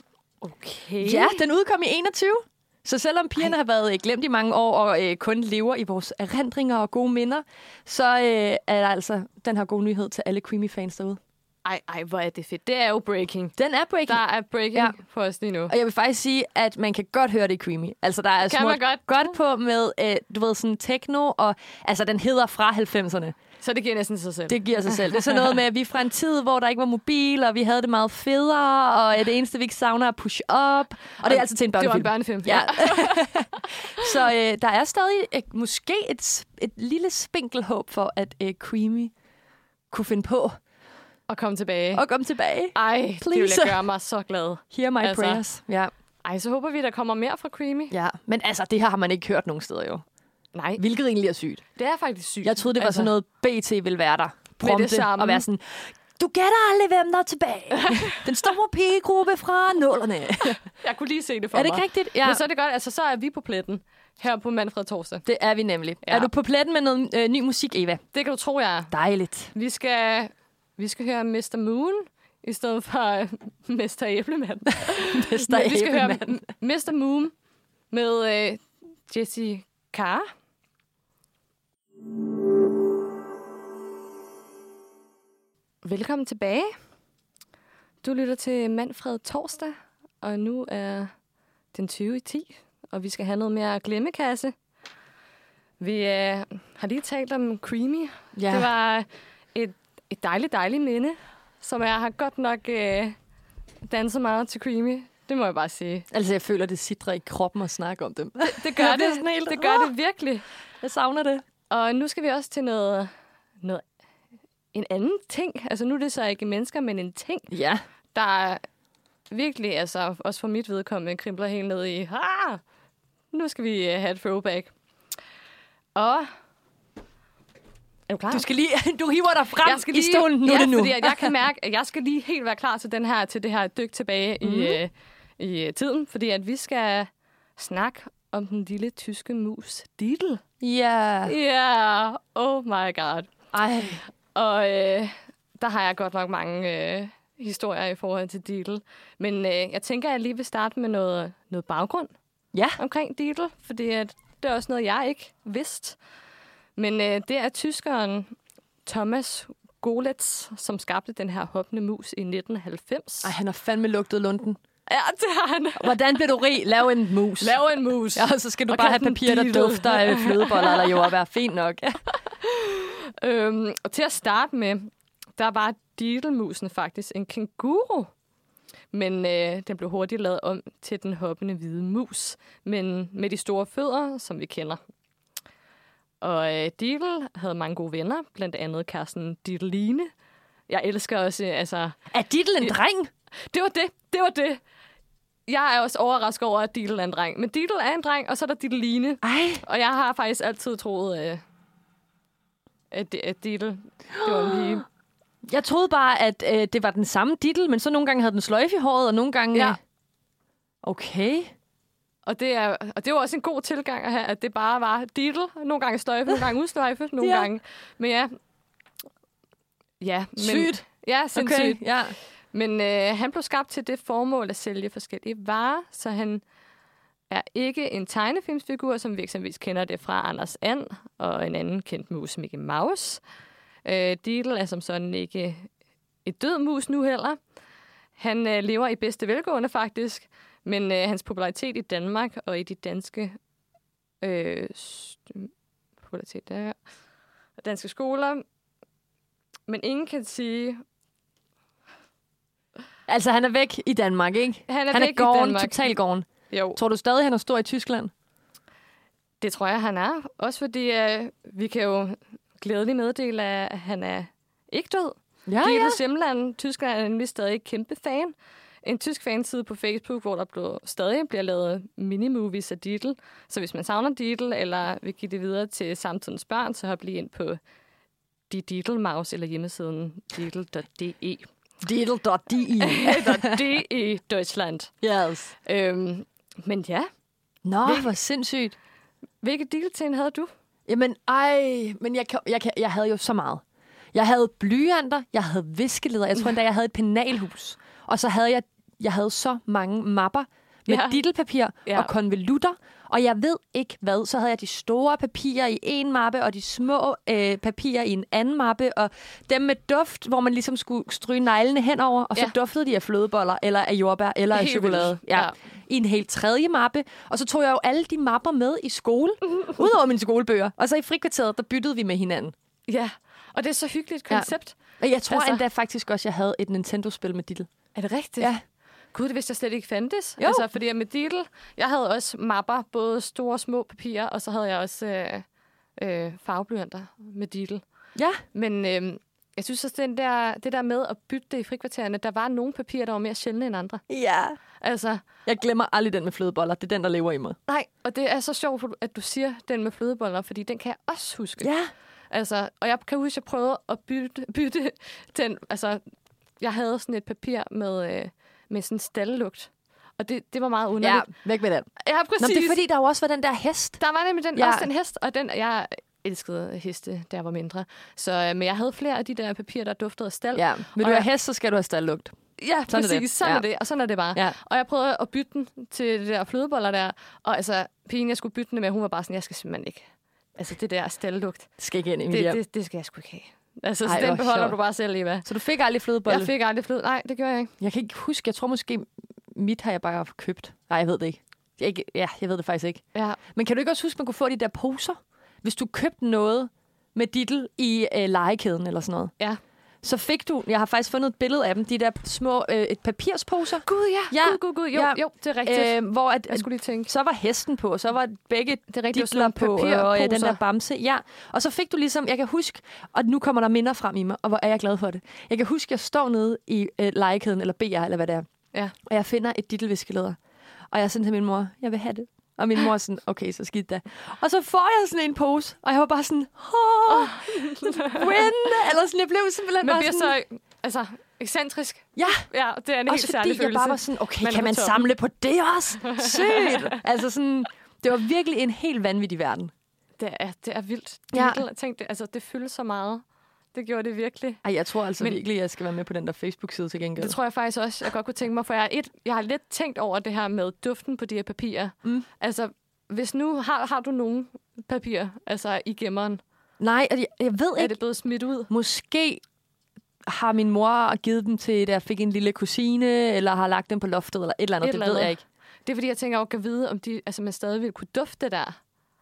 Okay. Ja, den udkom i enogtyve. Så selvom pigerne Ej. har været øh, glemt i mange år og øh, kun lever i vores erindringer og gode minder, så øh, er der altså den her gode nyhed til alle Creamy-fans derude. Ej, ej, hvor er det fedt. Det er jo breaking. Den er breaking. Der er breaking Ja. ja. på os lige nu. Og jeg vil faktisk sige, at man kan godt høre det i Creamy. Altså, der er Kan smurt man godt? godt på med, øh, du ved, sådan techno, og altså, den hedder Fra halvfemserne. Så det giver næsten sig selv. Det giver sig selv. Det er sådan noget med, at vi er fra en tid, hvor der ikke var mobil, og vi havde det meget federe, og det eneste, vi ikke savner, er push up. Og det er altså til en Det var en børnefilm. børnefilm. Ja. Så øh, der er stadig øh, måske et, et lille spinkelhåb for, at øh, Creamy kunne finde på Og komme tilbage. at komme tilbage. Ej, det Please. vil jeg gøre mig så glad. Hear my Altså. prayers. Ja. Ej, så håber vi, der kommer mere fra Creamy. ja. Men altså, det her har man ikke hørt nogen steder jo. Nej, Hvilket egentlig er sygt. det er faktisk sygt. Jeg troede, det var altså, sådan noget, B T ville være der. Prompte samme. og være sådan, du gætter aldrig, hvem der er tilbage. Den store pigegruppe fra nullerne. Jeg kunne lige se det for Er det mig. ikke rigtigt? Ja. Men så er det godt. Altså, så er vi på pletten her på Manfred Torsdag. Det er vi nemlig. Ja. Er du på pletten med noget øh, ny musik, Eva? Det kan du tro, jeg er. Dejligt. Vi skal, vi skal høre mister Moon i stedet for uh, mister Æblemand. Mister Men vi skal høre Æblemand. mister Moon med uh, Jessie Carr. Velkommen tilbage. Du lytter til Manfred Torsdag, og nu er den tyve i ti, og vi skal have noget mere glemmekasse. Vi øh, har lige talt om Creamy. Ja. Det var et, et dejligt, dejligt minde, som jeg har godt nok øh, danset meget til Creamy. Det må jeg bare sige. Altså, jeg føler, det sidder i kroppen at snakke om dem. Det gør Jeg bliver det. sådan helt, Det gør "Åh." det virkelig. Jeg savner det. Og nu skal vi også til noget, noget en anden ting. Altså nu er det så ikke mennesker, men en ting, Ja. der er virkelig, altså også for mit vedkommende, krimbler helt ned i, ah, nu skal vi uh, have et throwback. Og... Er du klar? Du skal lige, du hiver dig frem jeg skal i lige, stolen. Nu ja, er det nu. fordi at jeg kan mærke, at jeg skal lige helt være klar til den her, til det her dyk tilbage mm. i, øh, i øh, tiden. Fordi at vi skal snakke om den lille tyske mus, Didel. Ja. Ja, yeah. Oh my god. Ej. Og øh, der har jeg godt nok mange øh, historier i forhold til Didel. Men øh, jeg tænker, at jeg lige vil starte med noget, noget baggrund Ja. omkring Didel. Fordi at det er også noget, jeg ikke vidste. Men øh, det er tyskeren Thomas Golitz, som skabte den her hoppende mus i nitten halvfems. Ej, han har fandme lugtet lunden. Ja, det har han. Hvordan bliver du rig? Lav en mus. Lav en mus. Ja, og så skal du Og bare have kald den papir, der Didel. dufter af flødeboller eller jordbær. Fint nok. øhm, og til at starte med, der var Didelmusen faktisk en kænguru. Men øh, den blev hurtigt lavet om til den hoppende hvide mus. Men med de store fødder, som vi kender. Og øh, Didel havde mange gode venner, blandt andet kæresten Dideline. Jeg elsker også, øh, altså... Er Didel en dreng? Det var det, det var det. Jeg er også overrasket over, at Didel er en dreng. Men Didel er en dreng, og så er der Dideline. Ej. Og jeg har faktisk altid troet, øh, at, at Didel, det var en pige. Jeg troede bare, at øh, det var den samme Didel, men så nogle gange havde den sløjfe i håret, og nogle gange... Ja. Øh... Okay. Og det, er, og det var også en god tilgang at have, at det bare var Didel. Nogle gange sløjfe, nogle gange udsløjfe, nogle Ja. gange. Men ja. Ja, men, Sygt. Ja, sindssygt. Okay, ja. Men øh, han blev skabt til det formål at sælge forskellige varer, så han er ikke en tegnefilmsfigur, som vi eksempelvis kender det fra Anders And og en anden kendt mus, Mickey Mouse. Øh, Didel er som sådan ikke et død mus nu heller. Han øh, lever i bedste velgående faktisk, men øh, hans popularitet i Danmark og i de danske øh, st- popularitet der, danske skoler, men ingen kan sige... Altså, han er væk i Danmark, ikke? Han er, han væk er gården, i Danmark. total gården. Jo. Tror du stadig, han er stor i Tyskland? Det tror jeg, han er. Også fordi øh, vi kan jo glædeligt meddele, at han er ikke død. Ja, Didels hjemland, Tyskland, er nemlig stadig et kæmpe fan. En tysk fanside på Facebook, hvor der blev, stadig bliver lavet minimovies af Didel. Så hvis man savner Didel, eller vil give det videre til samtidens børn, så hop lige ind på Die Didelmaus eller hjemmesiden didel punktum de. Didel punktum de. .de Deutschland. Yes. Øhm, men ja, Nå, Hvil- hvor sindssygt. hvilke Didel-ting havde du? Jamen, ej, men jeg, kan, jeg, kan, jeg havde jo så meget. Jeg havde blyanter, jeg havde viskeleder, jeg tror endda, jeg havde et penalhus. Og så havde jeg, jeg havde så mange mapper med Ja. diddelpapir Ja. og konvolutter. Og jeg ved ikke hvad. Så havde jeg de store papirer i en mappe, og de små øh, papirer i en anden mappe, og dem med duft, hvor man ligesom skulle stryge neglene henover, og så Ja. duftede de af flødeboller, eller af jordbær, eller af Helt chokolade. vildt. Ja. Ja. I en helt tredje mappe. Og så tog jeg jo alle de mapper med i skole, udover mine skolebøger. Og så i frikvarteret, der byttede vi med hinanden. Ja, og det er så hyggeligt Ja. koncept. Og jeg tror Altså- endda faktisk også, jeg havde et Nintendo-spil med Didel. Er det rigtigt? Ja. Gud, det vidste jeg slet ikke fandtes. Jo. Altså, fordi med Didel, jeg havde også mapper, både store og små papirer, og så havde jeg også øh, øh, farveblyanter med Didel. Ja. Men øh, jeg synes også, den der, det der med at bytte det i frikvartererne, der var nogle papirer, der var mere sjældne end andre. Ja. Altså, Jeg glemmer aldrig den med flødeboller. Det er den, der lever i mig. nej, og det er så sjovt, at du siger den med flødeboller, fordi den kan jeg også huske. Ja. Altså, og jeg kan huske, at jeg prøvede at bytte, bytte den. Altså, jeg havde sådan et papir med, øh, med sådan en stallugt. Og det, det var meget Ja, underligt. væk med den. Ja, præcis. Nå, men det er fordi, der jo også var den der hest. Der var nemlig den, Ja. ja. også den hest, og den, jeg elskede heste, da jeg var mindre. Så, øh, men jeg havde flere af de der papirer, der duftede af stald. Ja. Vil Og du have jeg- hest, så skal du have staldlugt. Ja, Sådan er præcis. det. Sådan Ja. er det, og sådan er det bare. Ja. Og jeg prøvede at bytte den til det der flødeboller der, og altså, pigen, jeg skulle bytte den med, hun var bare sådan, jeg skal simpelthen ikke. Altså, det der staldlugt, Det skal ikke ind i mit det, hjem. det, det skal jeg sgu ikke have. Altså, Ej, så hvor den beholder sjovt. du bare selv i, hvad? Så du fik aldrig flødebolle? Jeg fik aldrig fløde. Nej, det gjorde jeg ikke. Jeg kan ikke huske. Jeg tror måske, mit har jeg bare købt. Nej, jeg ved det ikke. Jeg, ikke ja, jeg ved det faktisk ikke. Ja. Men kan du ikke også huske, at man kunne få de der poser? Hvis du købte noget med Didel i øh, legekæden eller sådan noget. Ja. Så fik du, jeg har faktisk fundet et billede af dem, de der små øh, et papirsposer. Gud, ja. Ja. Gud, gud, gud. Jo, Ja. jo, det er rigtigt. Øh, hvor at, Jeg skulle lige tænke. så var hesten på, og så var begge Det er rigtigt, det var didler sådan på, nogle og ja, den papirposer. der bamse. Ja, og så fik du ligesom, jeg kan huske, og nu kommer der minder frem i mig, og hvor er jeg glad for det. Jeg kan huske, jeg står nede i øh, legekæden, eller B R, eller hvad det er, Ja. og jeg finder et diddelviskeleder. Og jeg er sådan til min mor, jeg vil have det. Og min mor er sådan, okay, så skidt da. Og så får jeg sådan en pose, og jeg var bare sådan, åh, win! Eller sådan, jeg blev simpelthen Man bare bliver sådan... så altså, ekscentrisk. Ja, Ja, det er en helt også særlig fordi jeg følelse. bare var sådan, okay, Man er kan på man toppen. samle på det også? Sygt! Altså sådan, det var virkelig en helt vanvittig verden. Det er, det er vildt. Det er Ja. virkelig, tænk, det, altså, det fyldes så meget. Det gjorde det virkelig. Ej, jeg tror altså Men- virkelig, jeg skal være med på den der Facebook-side til gengæld. Det tror jeg faktisk også, jeg godt kunne tænke mig, for jeg, er et, jeg har lidt tænkt over det her med duften på de her papirer. Mm. Altså, hvis nu har, har du nogen papirer, altså i gemmeren, Nej, jeg, jeg ved er ikke. det blevet smidt ud? Måske har min mor givet dem til, da jeg fik en lille kusine, eller har lagt dem på loftet, eller et eller andet. Et Det eller ved andet. jeg ikke. Det er fordi, jeg tænker, at kan vide, om de, altså, man stadig vil kunne dufte der.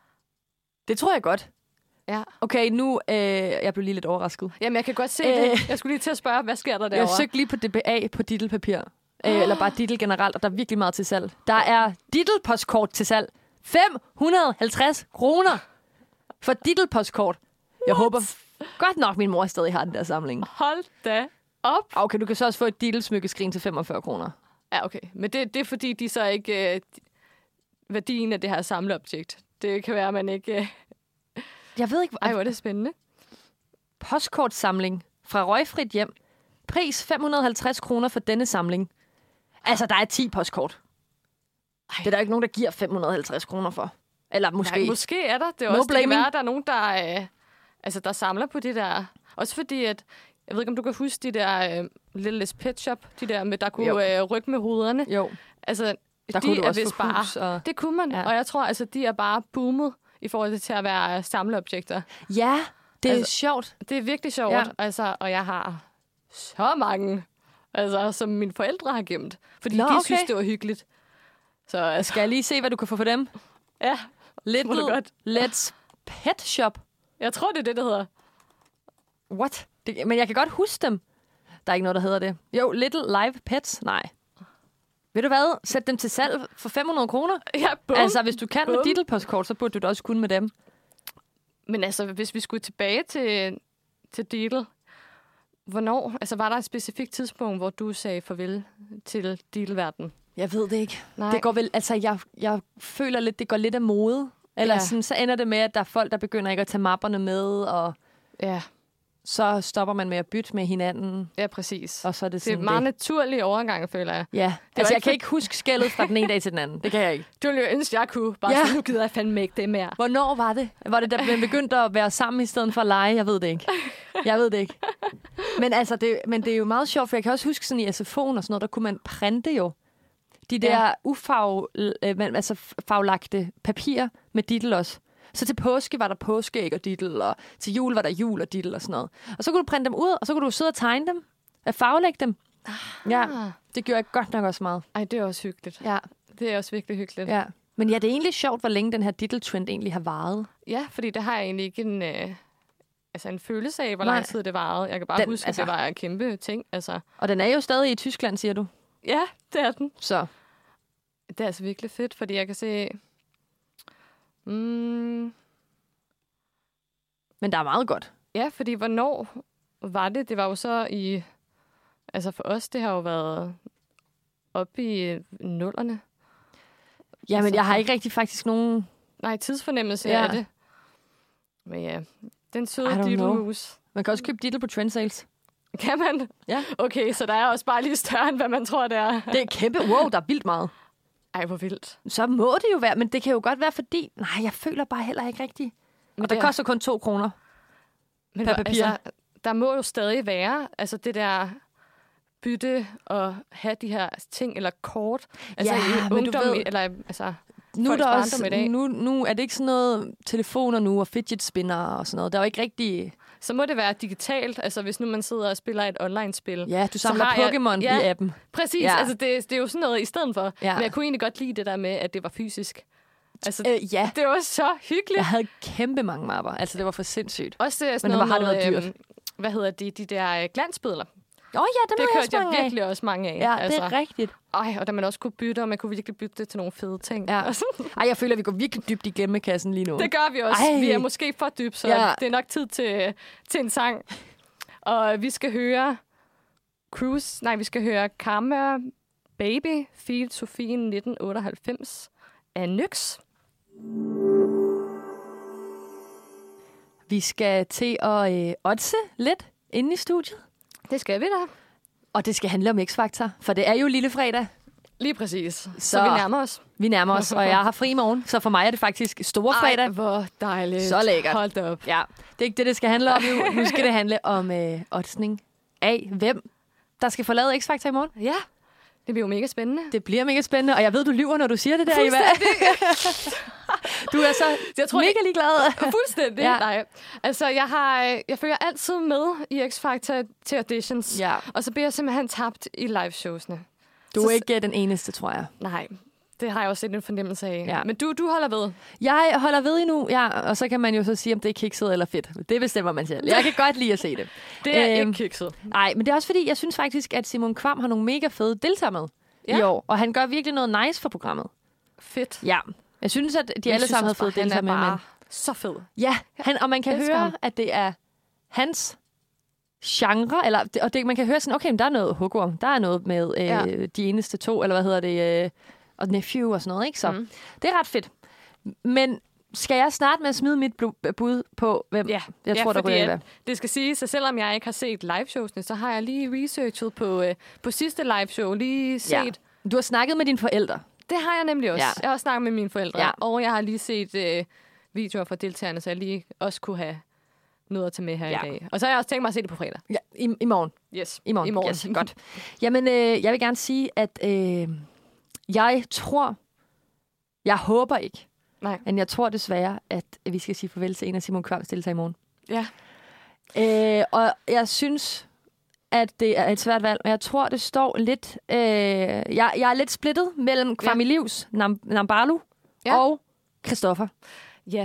Det tror jeg godt. Ja. Okay, nu øh, jeg blev lige lidt overrasket. Jamen, jeg kan godt se Øh. det. Jeg skulle lige til at spørge, hvad sker der Jeg derovre? søgte lige på D B A på dittelpapir. Øh, eller bare dittel generelt, og der er virkelig meget til salg. Der er dittelpostkort til salg. fem hundrede og halvtreds kroner for dittelpostkort. Jeg håber godt nok, min mor stadig har den der samling. Hold da op. Okay, du kan så også få et dittelsmykkeskrin til femogfyrre kroner. Ja, okay. Men det, det er fordi, de så ikke... Øh, værdien af det her samleobjekt. Det kan være, at man ikke... Øh... Jeg ved ikke, Ej, hvor er det spændende. postkortsamling fra Røgfrit Hjem. Pris fem hundrede og halvtreds kroner for denne samling. Altså, der er ti postkort. Ej. Det er der ikke nogen, der giver fem hundrede og halvtreds kroner for. Eller måske. Nej, måske er der. Det er No også det kan blaming. være, at der er nogen, der, øh, altså, der samler på det der. Også fordi, at... Jeg ved ikke, om du kan huske de der øh, Little Pet Shop, de der, med, der kunne øh, rykke med hovederne. Jo, Altså, der de kunne du er også vist få bare... hus. Og... Det kunne man, Ja. ja. Og jeg tror, altså, de er bare boomet i forhold til at være samleobjekter. Ja, det er Altså- sjovt. Det er virkelig sjovt, Ja. ja. altså, og jeg har så mange, altså, som mine forældre har gemt. Fordi Nå, Nå, de okay. synes, det var hyggeligt. Så altså, Skal jeg lige se, hvad du kan få for dem? ja, må du Little godt. Let's Pet Shop. jeg tror, det er det, det hedder. What? Det, men jeg kan godt huske dem. Der er ikke noget, der hedder det. Jo, Little Live Pets. Nej. Ved du hvad? Sæt dem til salg for fem hundrede kroner. Ja, bum. Altså, hvis du kan med Bum. dittelpostkort, så burde du da også kunne med dem. Men altså, hvis vi skulle tilbage til, til Deedle, hvornår, altså var der et specifikt tidspunkt, hvor du sagde farvel til Deedle-verdenen? Jeg ved det ikke. Nej. Det går vel, altså, jeg, jeg føler lidt, det går lidt af mode. Eller Ja. sådan, så ender det med, at der er folk, der begynder ikke at tage mapperne med, og Ja, så stopper man med at bytte med hinanden, ja, præcis. og så er det Det er sådan en meget naturlig overgang, føler jeg. Ja, var altså jeg ikke kan for- ikke huske skældet fra den ene dag til den anden. Det kan jeg ikke. Du ville jo ønske, jeg kunne. Bare Ja. ja. sådan, nu gider jeg fandme ikke det mere. Hvornår var det? Var det, da man begyndte at være sammen i stedet for at lege? Jeg ved det ikke. Jeg ved det ikke. Men, altså, det, men det er jo meget sjovt, for jeg kan også huske sådan i S F O'en og sådan noget, der kunne man printe jo de der Ja. ufag, øh, altså faglagte papirer med dittel også. Så til påske var der påskeæg og dittel, og til jul var der jul og dittel og sådan noget. Og så kunne du printe dem ud, og så kunne du sidde og tegne dem, og faglægge dem. Ja, Ah. det gjorde jeg godt nok også meget. Ej, det er også hyggeligt. Ja, Det er også virkelig hyggeligt. ja. Men ja, det er egentlig sjovt, hvor længe den her dittel-trend egentlig har varet. Ja, fordi det har jeg egentlig ikke en, øh, altså en følelse af, hvor Nej. lang tid det varede. Jeg kan bare Den- den, huske, altså- at det var en kæmpe ting. Altså, Og den er jo stadig i Tyskland, siger du. ja, det er den. Så Det er altså virkelig fedt, fordi jeg kan se... Mm, men der er meget godt. ja, fordi hvornår var det? Det var jo så i... Altså for os, det har jo været op i nullerne. Ja, men Altså, jeg har ikke rigtig faktisk nogen... Nej, tidsfornemmelse Ja. ja. af det. Men ja, den I søde don't know. dittelmus. Man kan også købe dittel på trendsales. Kan man? Ja. Okay, så der er også bare lige større, end hvad man tror, det er. Det er kæmpe... Wow, der er vildt meget. Ej, hvor vildt. Så må det jo være, men det kan jo godt være, fordi... Nej, jeg føler bare heller ikke rigtigt. Men Og det det er- koster kun to kroner. Men per hvor- papir. Altså, der må jo stadig være altså det der bytte og have de her ting eller kort. Altså Ja, i men du ungdom, ved- eller altså... Nu er, Folks der barndom også, i dag. nu, nu er det ikke sådan noget telefoner nu og fidget spinner og sådan noget. Der er jo ikke rigtig... Så må det være digitalt, altså hvis nu man sidder og spiller et online-spil. Ja, du samler har jeg- Pokémon ja. i appen. Præcis, Ja. ja. altså det, det er jo sådan noget i stedet for. Ja. Men jeg kunne egentlig godt lide det der med, at det var fysisk. Altså, Øh, ja, det var så hyggeligt. jeg havde kæmpe mange mapper. Altså, det var for sindssygt. Også det er sådan Men hvor noget har det med, været dyrt. øhm, hvad hedder de, de der øh, glansbilleder. Åh oh, ja, dem Det har jeg kørte også jeg mange af. virkelig også mange af. Ja, det altså. er rigtigt. Ej, og da man også kunne bytte, og man kunne virkelig bytte det til nogle fede ting. Ja. Altså, Ej, jeg føler, at vi går virkelig dybt i glemmekassen lige nu. det gør vi også. Ej. Vi er måske for dybt, så Ja. ja. det er nok tid til, til en sang. Og vi skal høre Cruise, nej, vi skal høre Karma Baby, feat. Sofien nitten otteoghalvfems af Nyx. Vi skal til at øh, oddse lidt inde i studiet. Det skal vi da. Og det skal handle om X-Factor, for det er jo lille fredag. Lige præcis. Så, Så- så vi nærmer os. Vi nærmer os, og jeg har fri i morgen, så for mig er det faktisk store fredag. Ej, hvor dejligt. Så lækkert. Hold da op. Ja, det er ikke det, det skal handle om nu. Nu skal det handle om øh, oddsning af, hvem der skal få lavet X-Factor i morgen. Ja, det bliver jo mega spændende. Det bliver mega spændende, og jeg ved, du lyver, når du siger det der, Eva. Du er så Jeg tror, mega ligeglad. Fuldstændig. Ja. Ja. Nej. Altså, jeg, har, jeg følger altid med i X-Factor til auditions. Ja. Og så bliver jeg simpelthen tabt i liveshowsene. Du Så- er ikke den eneste, tror jeg. Nej, det har jeg også lidt en fornemmelse af. Ja. Men du, du holder ved. Jeg holder ved endnu, ja, og så kan man jo så sige, om det er kikset eller fedt. Det bestemmer man selv. Jeg kan godt lide at se det. Det er Øhm, ikke kikset. Nej, men det er også fordi, jeg synes faktisk, at Simon Kvam har nogle mega fede deltagere med ja. i Ja. år. Og han gør virkelig noget nice for programmet. Fedt. Ja, jeg synes, at de Jeg alle synes sammen har også fået bare, han deltagere er med. bare Men... så fed. Ja, han, og man kan elsker høre, ham. at det er hans genre, eller, og det, man kan høre sådan, okay, men der er noget hugorm, der er noget med øh, Ja. de eneste to, eller hvad hedder det, øh, og Nephew og sådan noget, ikke? Så Mm. det er ret fedt. Men skal jeg starte med at smide mit blu- bud på, hvem Ja, jeg ja, tror, der fordi ryger at det skal siges, at selvom jeg ikke har set liveshowsene, så har jeg lige researchet på, øh, på sidste liveshow, lige set... Ja. Du har snakket med dine forældre. Det har jeg nemlig også. Ja. Ja. Jeg har også snakket med mine forældre, Ja. ja. og jeg har lige set øh, videoer fra deltagerne, så jeg lige også kunne have noget at tage med her Ja. i dag. Og så har jeg også tænkt mig at se det på fredag. Ja, i, i morgen. Yes. I morgen. I morgen. Yes, godt. Jamen, øh, jeg vil gerne sige, at øh, jeg tror, jeg håber ikke, Nej. men jeg tror desværre, at vi skal sige farvel til en af Simon Kvams deltagere i morgen. Ja. Øh, og jeg synes, at det er et svært valg, men jeg tror, det står lidt... Øh, jeg, jeg er lidt splittet mellem Kwame Livs, Nam, Nambalu Ja. og Christoffer. Ja.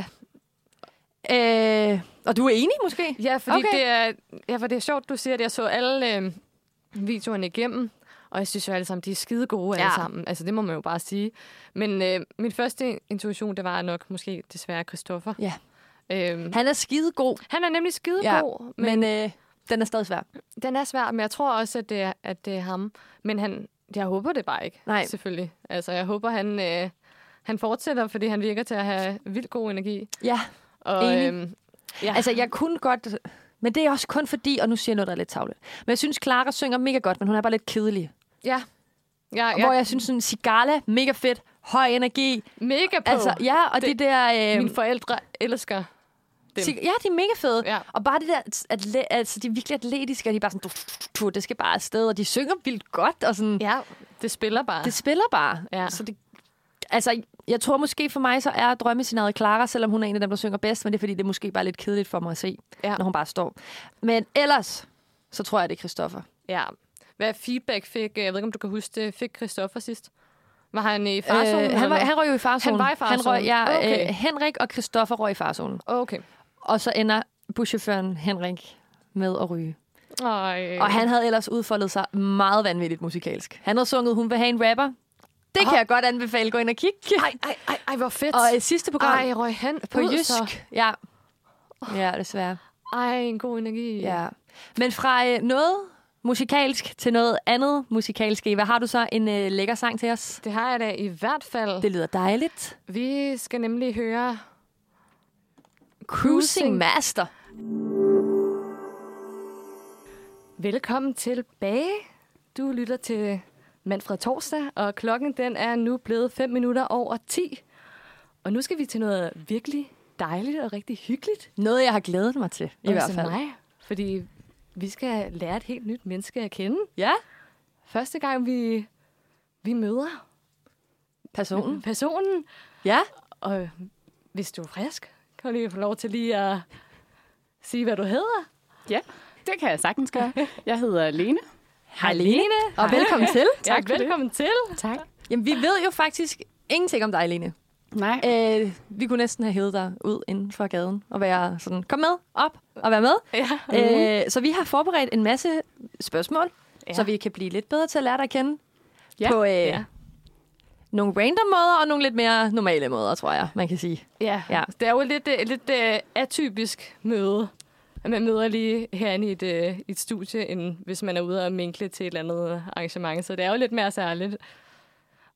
Øh, og du er enig måske? Ja, fordi Okay. okay. det er, ja, for det er sjovt, du siger, at jeg så alle øh, videoerne igennem, og jeg synes jo alle sammen, de er skide gode Ja. alle sammen. Altså, det må man jo bare sige. Men øh, min første intuition, det var nok måske desværre Christoffer. Ja. Øhm, Han er skide god, han er nemlig skide ja, god, men, men øh, den er stadig svær. den er svær, men jeg tror også, at det er, at det er ham. Men han, jeg håber det bare ikke, Nej. selvfølgelig. Altså, jeg håber, han, øh, han fortsætter, fordi han virker til at have vildt god energi. Ja, Og, Enig. øhm, ja. altså jeg kunne godt... Men det er også kun fordi, og nu siger jeg noget, der er lidt tavlet. Men jeg synes, Clara synger mega godt, men hun er bare lidt kedelig. ja. Ja, Ja. ja. Hvor jeg synes, sådan Sigala, mega fedt, høj energi. Mega på. Altså, ja, og det, Det- det der... Øh, Mine forældre elsker dem. Sig- ja, de er mega fede. Ja. Og bare det der, atle- altså, de er virkelig atletiske, og de er bare sådan, du, du, du, det skal bare afsted, og de synger vildt godt, og sådan, Ja, det spiller bare. det spiller bare. Ja. Så det, altså, jeg tror måske for mig, så er drømmescenariet Clara, selvom hun er en af dem, der synger bedst, men det er fordi, det er måske bare lidt kedeligt for mig at se, Ja. når hun bare står. Men ellers, så tror jeg, det er Christoffer. Ja. Hvad feedback fik, jeg ved ikke, om du kan huske det, fik Christoffer sidst? Var han i farzonen? Øh, han, var, han røg jo i farzonen. Han var i Han røg, ja, Okay. øh, Henrik og Christoffer røg i farzonen. Okay. Og så ender buschaufføren Henrik med at ryge. Ej. Og han havde ellers udfoldet sig meget vanvittigt musikalsk. Han havde sunget, hun vil have en rapper. Det kan Ah. jeg godt anbefale. Gå ind og kig. Ej, ej, ej, ej, hvor fedt. Og i sidste program Ej, røg han på ud, Jysk. Så. Ja. ja, desværre. Ej, en god energi. Ja. Men fra øh, noget musikalsk til noget andet musikalsk, Eva, har du så en øh, lækker sang til os? Det har jeg da i hvert fald. Det lyder dejligt. Vi skal nemlig høre Cruising Master. Velkommen tilbage. Du lytter til Manfred Torsdag, og klokken den er nu blevet fem minutter over ti. Og nu skal vi til noget virkelig dejligt og rigtig hyggeligt. Noget, jeg har glædet mig til, i hvert Også fald. mig, fordi vi skal lære et helt nyt menneske at kende. Ja, Første gang vi, vi møder personen. personen. Ja. Og hvis du er frisk, kan du lige få lov til lige at sige, hvad du hedder. Ja, det kan jeg sagtens gøre. Jeg hedder Lene. Hej Lene, og velkommen til. Tak, ja, velkommen til. Tak. Jamen, vi ved jo faktisk ingenting om dig, Lene. Nej. Øh, vi kunne næsten have hævet dig ud inden for gaden og være sådan, kom med, op og være med. Ja. Øh, så vi har forberedt en masse spørgsmål, ja. så vi kan blive lidt bedre til at lære dig at kende. Ja. På øh, Ja. nogle random måder og nogle lidt mere normale måder, tror jeg, man kan sige. Ja. Ja. Det er jo lidt, uh, lidt uh, atypisk møde. At man møder lige herinde i et, uh, et studie, end hvis man er ude og minkle til et eller andet arrangement. Så det er jo lidt mere særligt.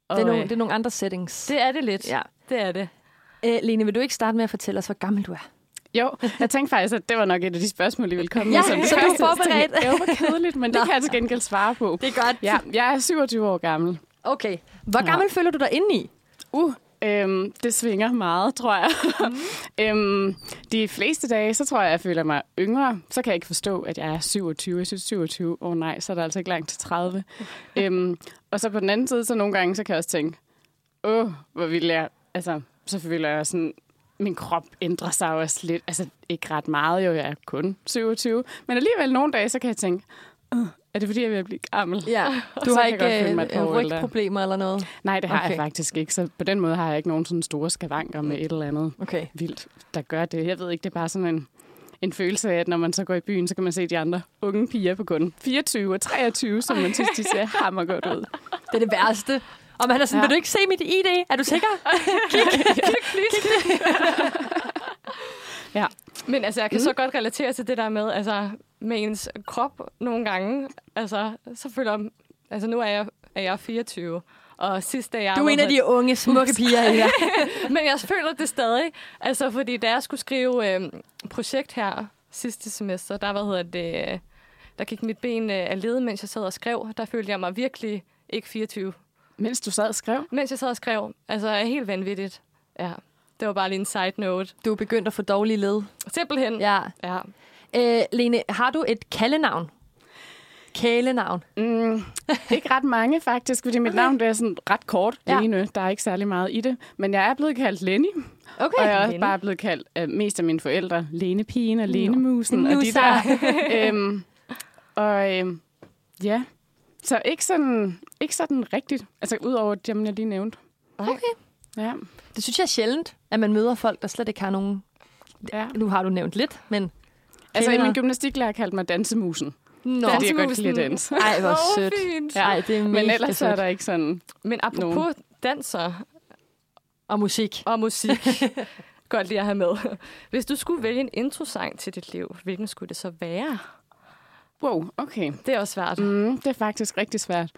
Det er, nogle, det er nogle andre settings. Det er det lidt. Ja. Det er det. Æ, Lene, vil du ikke starte med at fortælle os, hvor gammel du er? Jo, jeg tænkte faktisk, at det var nok et af de spørgsmål, I ville komme Ja, med. Som så du er første. forberedt. Det var kedeligt, men det kan jeg til gengæld svare på. Det er godt. Ja, jeg er syvogtyve år gammel. Okay. Hvor gammel ja. føler du dig inde i? Uh, øhm, det svinger meget, tror jeg. Mm. øhm, de fleste dage, så tror jeg, jeg føler mig yngre. Så kan jeg ikke forstå, at jeg er syvogtyve. Jeg synes syvogtyve, åh oh, nej, så er der altså ikke langt til tredive. øhm, og så på den anden side, så nogle gange, så kan jeg også tænke, åh, oh, hvor vil jeg, altså, så føler jeg sådan, min krop ændrer sig også lidt, altså ikke ret meget jo, jeg er kun syvogtyve, men alligevel nogle dage, så kan jeg tænke, uh, er det fordi, jeg vil blive gammel? Ja, du har ikke uh, rygproblemer eller noget? Nej, det har okay. jeg faktisk ikke, så på den måde har jeg ikke nogen sådan store skavanker med et eller andet okay. vildt, der gør det. Jeg ved ikke, det er bare sådan en, en følelse af, at når man så går i byen, så kan man se de andre unge piger på kun fireogtyve og treogtyve, som man synes, de ser hammer godt ud. Det er det værste. Og man er sådan, ja. Vil du ikke se mit I D? Er du sikker? Kig, kig, please. Ja. Men altså, jeg kan mm. så godt relatere til det der med, altså, med ens krop nogle gange. Altså, så føler jeg, altså nu er jeg, er jeg fireogtyve, og sidst da jeg... Du er en af de unge, smukke piger i her. Men jeg føler det stadig, altså, fordi da jeg skulle skrive øh, projekt her sidste semester, der, hvad hedder det, øh, der gik mit ben øh, af led, mens jeg sad og skrev. Der følte jeg mig virkelig ikke fireogtyve. Mens du sad og skrev? Mens jeg sad og skrev. Altså, helt vanvittigt. Ja. Det var bare lige en side note. Du er begyndt at få dårlige led. Simpelthen. Ja. ja. Øh, Lene, har du et kaldenavn? Kælenavn? Mm, ikke ret mange, faktisk, fordi mit okay. navn det er sådan ret kort, ja. Lene. Der er ikke særlig meget i det. Men jeg er blevet kaldt Lenny. Okay. Og jeg er også Lene. bare blevet kaldt uh, mest af mine forældre Lene-pigen og Lene-musen. Og de der. øhm, og øhm, ja, så ikke sådan, ikke sådan rigtigt. Altså udover dem, jeg lige nævnte. Okay. Ja. Det synes jeg er sjældent, at man møder folk, der slet ikke har nogen... Ja. Nu har du nævnt lidt, men... Altså i min gymnastiklærer kaldte mig dansemusen. Nå. Fordi jeg godt kan lide dans. Ej, hvor oh, sødt. Fint. Ja. Ej, det er men ellers så er der ikke sådan... Men apropos nogen. danser... Og musik. Og musik. Godt lige at have med. Hvis du skulle vælge en introsang til dit liv, hvilken skulle det så være? Wow, okay. Det er også svært. Mm, det er faktisk rigtig svært.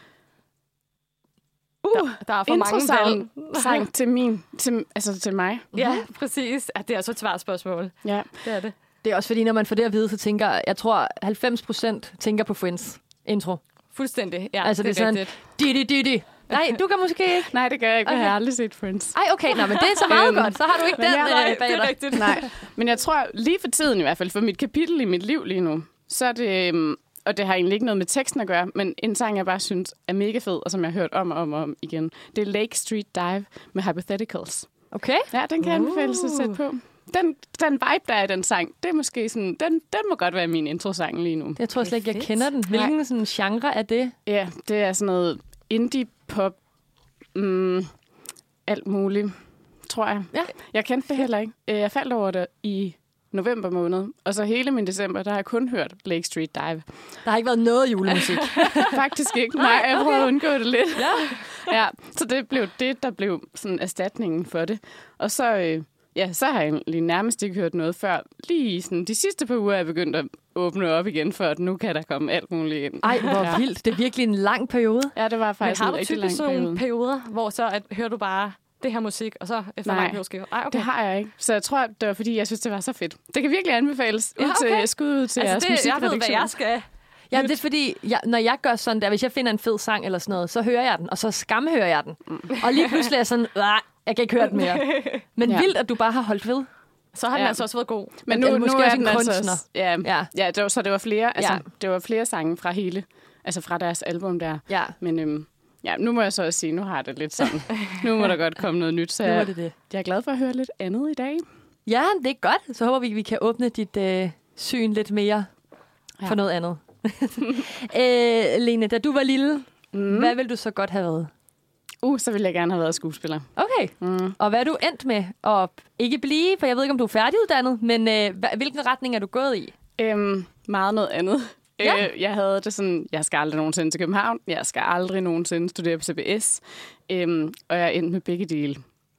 Uh, der, der er for mange valg. Sang til min, til, altså til mig. Ja, mm-hmm. præcis. Ja, det er også et svært spørgsmål. Ja, det er det. Det er også fordi, når man får det at vide, så tænker jeg tror halvfems procent tænker på Friends intro. Fuldstændig, ja. Altså det er, det er sådan, Didi, Didi. Nej, du kan måske ikke. Nej, det gør jeg ikke. Okay. Jeg har aldrig set Friends. Ej, okay, nå, men det er så meget godt. Så har du ikke den nej, bag det er rigtigt. Nej, men jeg tror lige for tiden i hvert fald, for mit kapitel i mit liv lige nu, så er det, og det har egentlig ikke noget med teksten at gøre, men en sang, jeg bare synes er mega fed, og som jeg har hørt om og om, om igen, det er Lake Street Dive med Hypotheticals. Okay. Ja, den kan jeg uh. anbefale sig at sætte på. Den, den vibe, der er i den sang, det er måske sådan, den, den må godt være min intro-sang lige nu. Jeg tror slet ikke, jeg kender den. Hvilken sådan genre er det? Ja, det er sådan noget indie-pop, mm, alt muligt, tror jeg. Ja. Jeg kendte det heller ikke. Jeg faldt over det i november måned, og så hele min december, der har jeg kun hørt Lake Street Dive. Der har ikke været noget julemusik. Faktisk ikke. Nej, jeg prøvede at undgå det lidt. Ja. Ja, så det blev det, der blev sådan erstatningen for det. Og så, øh, ja, så har jeg lige nærmest ikke hørt noget før. Lige sådan, de sidste par uger er jeg begyndt at åbne op igen, for at nu kan der komme alt muligt ind. Ej, hvor ja. vildt. Det er virkelig en lang periode. Ja, det var faktisk en rigtig lang periode. Men har du typisk nogle perioder, hvor så at, hører du bare det her musik, og så efter Nej, mange periode Ej, okay. det har jeg ikke. Så jeg tror, det var fordi, jeg synes, det var så fedt. Det kan virkelig anbefales ja, okay. ud til, skud ud til altså, jeres det, musikredaktion. Jeg ved, hvad jeg skal. Ja, det er fordi, jeg, når jeg gør sådan der, hvis jeg finder en fed sang eller sådan noget, så hører jeg den, og så skamhører jeg den. Mm. Og lige pludselig er jeg sådan, jeg kan ikke høre den mere. Men ja. Vildt, at du bare har holdt ved. Så har den ja. altså også været god. Men nu, måske nu er også den en altså kunstner. også, ja, ja. ja det var, så det var flere, altså, ja. det var flere sange fra hele, altså fra deres album der. Ja. Men øhm, ja, nu må jeg så også sige, nu har det lidt sådan. Nu må der godt komme noget nyt, så nu er jeg, det det. jeg er glad for at høre lidt andet i dag. Ja, det er godt. Så håber vi, vi kan åbne dit øh, syn lidt mere ja. for noget andet. øh, Lene, da du var lille, mm. hvad ville du så godt have været? Uh, så ville jeg gerne have været skuespiller. Okay. Mm. Og hvad er du endt med at ikke blive? For jeg ved ikke, om du er færdiguddannet, men øh, hvilken retning er du gået i? Øhm, meget noget andet. Ja. Øh, jeg havde det sådan, jeg skal aldrig nogensinde til København. Jeg skal aldrig nogensinde studere på C B S. Øhm, og jeg er endt med begge dele.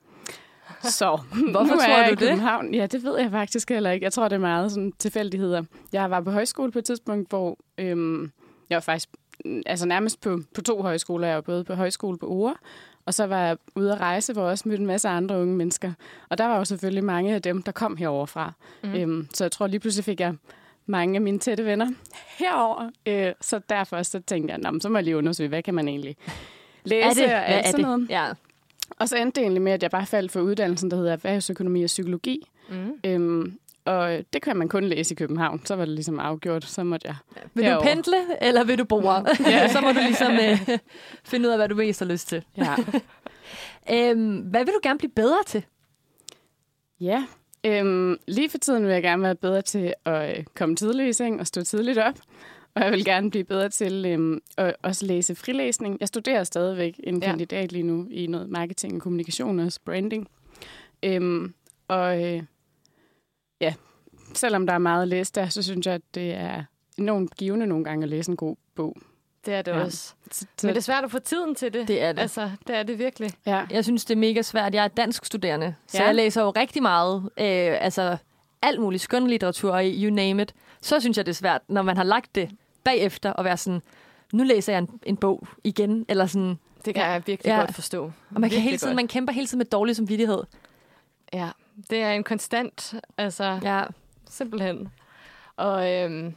Så hvorfor nu tror er jeg du i det? København. Ja, det ved jeg faktisk heller ikke. Jeg tror, det er meget sådan tilfældigheder. Jeg var på højskole på et tidspunkt, hvor øhm, jeg var faktisk altså nærmest på, på to højskoler. Jeg var både på højskole på Ore, og så var jeg ude at rejse, hvor jeg også mødte en masse andre unge mennesker. Og der var jo selvfølgelig mange af dem, der kom herover fra. Mm. Øhm, så jeg tror lige pludselig fik jeg mange af mine tætte venner herover. Øh, så derfor så tænkte jeg, så må jeg lige undersøge, hvad kan man egentlig læse er det? og alt sådan noget. Ja. Og så endte det egentlig med, at jeg bare faldt for uddannelsen, der hedder erhvervsøkonomi og psykologi. Mm. Øhm, og det kan man kun læse i København. Så var det ligesom afgjort, så måtte jeg Vil herover. du pendle, eller vil du bo her? Ja. Så må du ligesom øh, finde ud af, hvad du mest har lyst til. Ja. øhm, hvad vil du gerne blive bedre til? Ja, øhm, lige for tiden vil jeg gerne være bedre til at øh, komme tidligt i seng og stå tidligt op. Og jeg vil gerne blive bedre til øhm, at også læse frilæsning. Jeg studerer stadigvæk en Ja. kandidat lige nu i noget marketing og kommunikation og også branding. Øhm, og øh, ja, selvom der er meget at læse der, så synes jeg, at det er enormt givende nogle gange at læse en god bog. Det er det Ja. også. Men det er svært at få tiden til det. Det er det. Altså, det er det virkelig. Ja. Jeg synes, det er mega svært. Jeg er dansk studerende, så Ja. jeg læser jo rigtig meget. Øh, altså alt muligt skønlitteratur, you name it. Så synes jeg, det er svært, når man har lagt det bagefter og være sådan, nu læser jeg en, en bog igen, eller sådan. Det kan Ja. jeg virkelig Ja. godt forstå. Og man, kan Virkelig hele tiden, godt. man kæmper hele tiden med dårlig samvittighed. Ja, det er en konstant, altså Ja. simpelthen. Og øhm,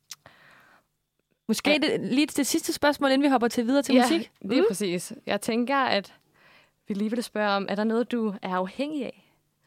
Måske Ja. det, lige det sidste spørgsmål, inden vi hopper til videre til ja, musik. lige mm. præcis. Jeg tænker, at vi lige vil spørge om, er der noget, du er afhængig af?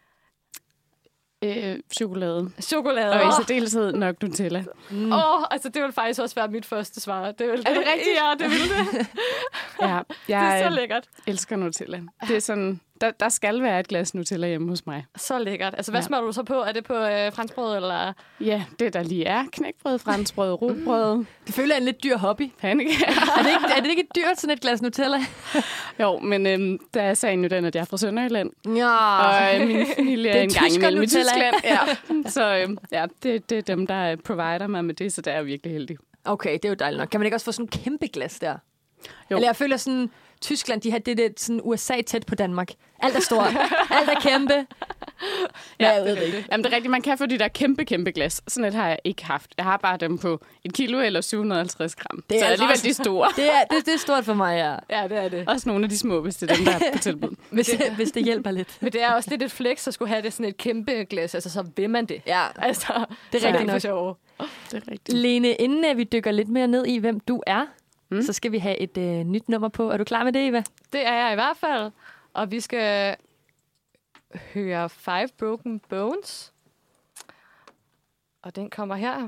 Øh, chokolade. Chokolade. Og i Åh, særdeleshed nok Nutella. Mm. oh, altså det vil faktisk også være mit første svar. Det vil Er det rigtigt? Ja, det vil det. Ja, Det er jeg så øh, lækkert. elsker Nutella. Det er sådan, der, der skal være et glas Nutella hjemme hos mig. Så lækkert. Altså, hvad Ja. smører du så på? Er det på øh, franskbrød, eller? Ja, det der lige er. Knækbrød, franskbrød, rugbrød, Det føler jeg en lidt dyr hobby. pandekager. Er det ikke, er det ikke dyrt, sådan et glas Nutella? Jo, men øhm, der er sagen jo den, at jeg er fra Sønderjylland. Ja. Og øh, min familie Det er er en gang tysker imellem i Nutella. Tyskland. Ja. Så øhm, ja, det, det er dem, der øh, provider mig med det, så der er jeg virkelig heldig. Okay, det er jo dejligt nok. Kan man ikke også få sådan en kæmpe glas der? Jo. Eller jeg føler sådan, Tyskland, de har det, det sådan U S A tæt på Danmark. Alt er stort. Alt er kæmpe. Ja, jeg ved det ikke. Jamen, det er rigtigt. Man kan få de der kæmpe, kæmpe glas. Sådan et har jeg ikke haft. Jeg har bare dem på et kilo eller syv hundrede og halvtreds gram. Det er så altså alligevel også- de store. Det er, det, det er stort for mig, ja. Ja, det er det. Også nogle af de små, hvis det er dem, der er på tilbud. Hvis, hvis det hjælper lidt. Men det er også lidt et flex at skulle have det sådan et kæmpe glas. Altså, så vil man det. Ja, Altså, det så er rigtigt for nok. sjov. Det er rigtigt. Lene, inden øh, vi dykker lidt mere ned i, hvem du er, Mm. mm. så skal vi have et øh, nyt nummer på. Er du klar med det, Eva? Det er jeg i hvert fald. Og vi skal høre Five Broken Bones. Og den kommer her.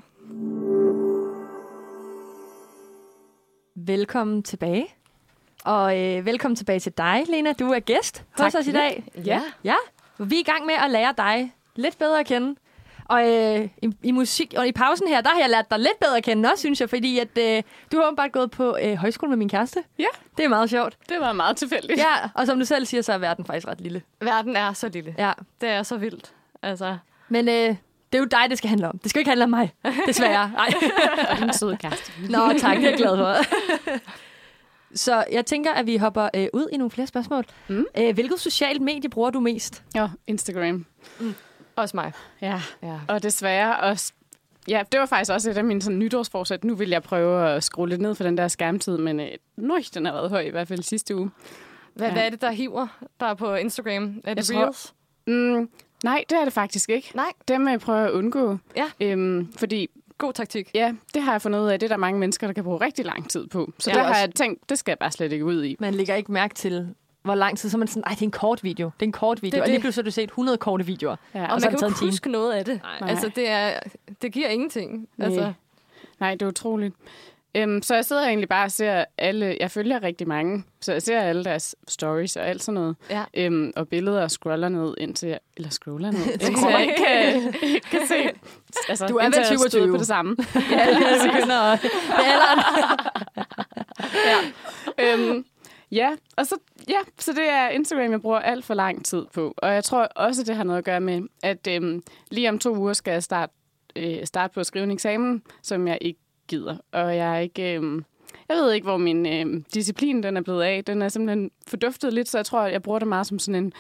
Velkommen tilbage. Og øh, velkommen tilbage til dig, Lena. Du er gæst Tak hos os for i dag. Ja. Ja, vi er i gang med at lære dig lidt bedre at kende. Og øh, i, i musik og i pausen her, der har jeg lært dig lidt bedre at kende også, synes jeg, fordi at øh, du har åbenbart gået på øh, højskole med min kæreste. Ja. Det er meget sjovt. Det var meget tilfældigt. Ja, og som du selv siger, så er verden faktisk ret lille. Verden er så lille. Ja, Det er så vildt. Altså, men øh, det er jo dig, det skal handle om. Det skal jo ikke handle om mig, desværre. Ej. Og din søde kæreste. Nå, tak, det er jeg glad for. Så jeg tænker, at vi hopper øh, ud i nogle flere spørgsmål. Mm. Øh, hvilket socialt medie bruger du mest? Ja, Instagram. også mig. Ja, Ja. og desværre også... Ja, det var faktisk også et af mine sådan, nytårsforsæt. Nu vil jeg prøve at skrue lidt ned for den der skærmtid, men øh, nøj, den har været høj i hvert fald sidste uge. Hvad, Ja. hvad er det, der hiver der på Instagram? Er det Jeg tror- Reels? Mm, nej, det er det faktisk ikke. Nej. Dem vil jeg prøve at undgå. Ja. Øhm, fordi, God taktik. ja, det har jeg fundet ud af, det er der mange mennesker, der kan bruge rigtig lang tid på. Så Ja, ja, der også- har jeg tænkt, det skal jeg bare slet ikke ud i. Man lægger ikke mærke til, hvor lang tid, så er man sådan, ej, det er en kort video. Det er en kort video. Det er Og lige det. pludselig har du set hundrede korte videoer. Ja, Og, og og så man har det kan taget jo en ikke time. huske noget af det. Nej. Altså, det, er, det giver ingenting. Altså, Nej. Nej, det er utroligt. Øhm, så jeg sidder egentlig bare og ser alle... Jeg følger rigtig mange, så jeg ser alle deres stories og alt sådan noget. Ja. Øhm, og billeder og scroller ned, indtil jeg... Eller scroller ned, indtil jeg ikke kan, ikke kan se... Altså, Du er indtil vel jeg støder syvogtyve. på det samme. Ja, det begynder at... Det er alderen. Ja. Øhm, ja, og så, ja, så det er Instagram, jeg bruger alt for lang tid på. Og jeg tror også, det har noget at gøre med, at øhm, lige om to uger skal jeg starte, øh, starte på at skrive en eksamen, som jeg ikke gider. Og jeg er ikke... Øhm, jeg ved ikke, hvor min øh, disciplin den er blevet af. Den er simpelthen forduftet lidt, så jeg tror, jeg bruger det meget som sådan en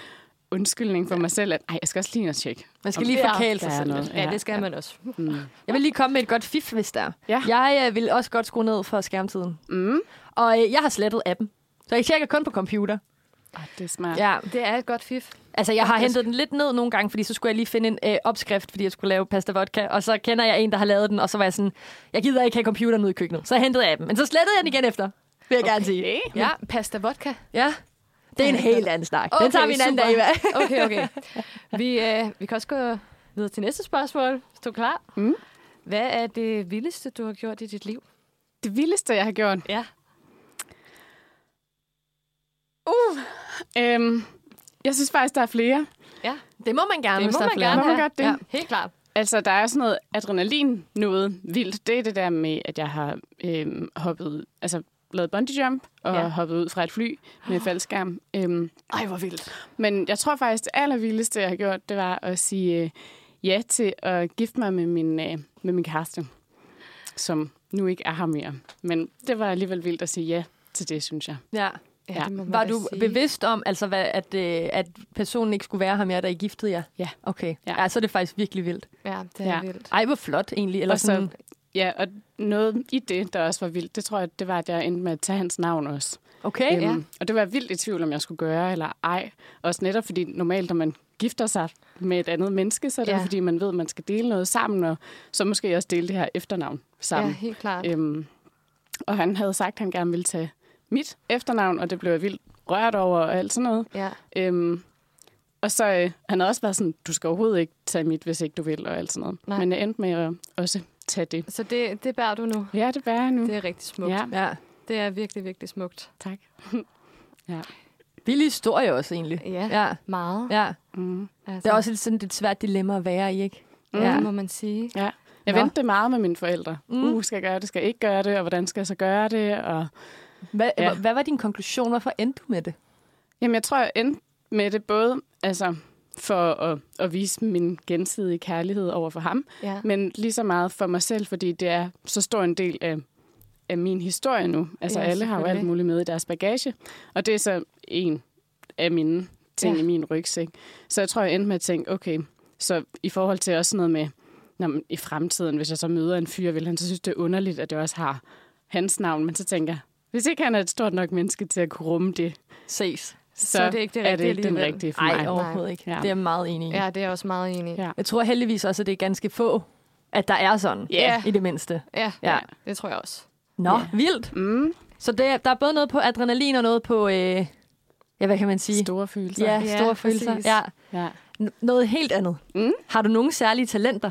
undskyldning for mig selv, at ej, jeg skal også lige ind og tjekke. Man skal lige forkæle sig der er selv noget. lidt. Ja, det skal man også. Mm. Jeg vil lige komme med et godt fif, hvis der. Ja. Jeg øh, vil også godt skrue ned for skærmtiden. Mm. Og øh, jeg har slettet appen. Så jeg tjekker kun på computer. Ej, det er smart. Ja. Det er et godt fif. Altså, jeg har hentet den lidt ned nogle gange, fordi så skulle jeg lige finde en øh, opskrift, fordi jeg skulle lave pasta vodka. Og så kender jeg en, der har lavet den, og så var jeg sådan, jeg gider ikke have computeren ude i køkkenet. Så hentede jeg appen. Men så slettede jeg den igen efter, vil jeg okay. gerne sige. Ja, pasta vodka. Ja, det er en helt anden snak. Okay, Den tager vi en anden super. dag, hvad? Okay, okay. Vi, øh, vi kan også gå videre til næste spørgsmål. Er du klar? Mm. Hvad er det vildeste, du har gjort i dit liv? Det vildeste, jeg har gjort? Ja. Uh, øhm, jeg synes faktisk, der er flere. Ja, Det må man gerne, det hvis må der er man flere. gerne Må man have. godt det? Ja, helt klart. Altså, der er sådan noget adrenalin noget vildt. Det er det der med, at jeg har øhm, hoppet, altså lavet bungee jump og Ja. ja. hoppet ud fra et fly med faldskærm. Øhm, Ej, hvor vildt. men jeg tror faktisk, det allervildeste, jeg har gjort, det var at sige øh, ja til at gifte mig med min, øh, med min kæreste, som nu ikke er her mere. Men det var alligevel vildt at sige ja til det, synes jeg. Ja. Ja, det må man Var da du sige. bevidst om, altså, hvad, at, øh, at personen ikke skulle være her mere, da I giftede jer? Ja. Okay. Ja. Ja. ja, så er det faktisk virkelig vildt. Ja, det er Ja. vildt. Ej, hvor flot egentlig. Eller Og så- sådan, Ja, og noget i det, der også var vildt, det tror jeg, det var, at jeg endte med at tage hans navn også. okay. Øhm, ja. Og det var jeg vildt i tvivl, om jeg skulle gøre eller ej. Også netop fordi normalt, når man gifter sig med et andet menneske, så er det Ja. ja. fordi, man ved, at man skal dele noget sammen, og så måske også dele det her efternavn Ja, sammen. helt klart. Øhm, og han havde sagt, at han gerne ville tage mit efternavn, og det blev jeg vildt rørt over og alt sådan noget. Ja. Øhm, og så øh, han havde også været sådan, du skal overhovedet ikke tage mit, hvis ikke du vil, og alt sådan noget. Nej. Men jeg endte med at også tage det. Så det, det bærer du nu. Ja, det bærer jeg nu. Det er rigtig smukt. Ja, Ja. Det er virkelig, virkelig smukt. tak. Vild historie også, egentlig. Ja, Ja. meget. ja. Mm. Altså, Det er også et, sådan et svært dilemma at være i, ikke? Mm. ja, Ja. det må man sige. Ja. Jeg Nå. vendte det meget med mine forældre. Mm. Mm. Uh, skal jeg gøre det, skal jeg ikke gøre det, og hvordan skal jeg så gøre det? Og Hvad, Ja. ja. hvad var din konklusion? Hvorfor endte du med det? jamen, jeg tror, jeg endte med det både altså, for at, at vise min gensidige kærlighed over for ham, Ja. men lige så meget for mig selv, fordi det er så stor en del af, af min historie nu. Altså, Ja, alle har jo alt selvfølgelig. muligt med i deres bagage, og det er så en af mine ting Ja. ja. i min rygsæk. Så jeg tror, jeg endte med at tænke, okay, så i forhold til også noget med, når man, i fremtiden, hvis jeg så møder en fyr, vil han så synes, det er underligt, at jeg også har hans navn, men så tænker jeg, hvis ikke han er et stort nok menneske til at kunne rumme det, Ses. så, Så er det ikke det er det rigtige ikke den alligevel. rigtige for Nej, mig. overhovedet ikke. Ja. Det er jeg meget enig i. Ja, det er jeg også meget enig i. Ja. Jeg tror heldigvis også, at det er ganske få, at der er sådan. Ja. I det mindste. Ja, Ja. det tror jeg også. Nå, Ja. vildt. Mm, Så det, der er både noget på adrenalin og noget på, øh, ja, hvad kan man sige? store følelser. Ja, Ja, store præcis. følelser. Ja. Ja. N- noget helt andet. Mm. Har du nogle særlige talenter?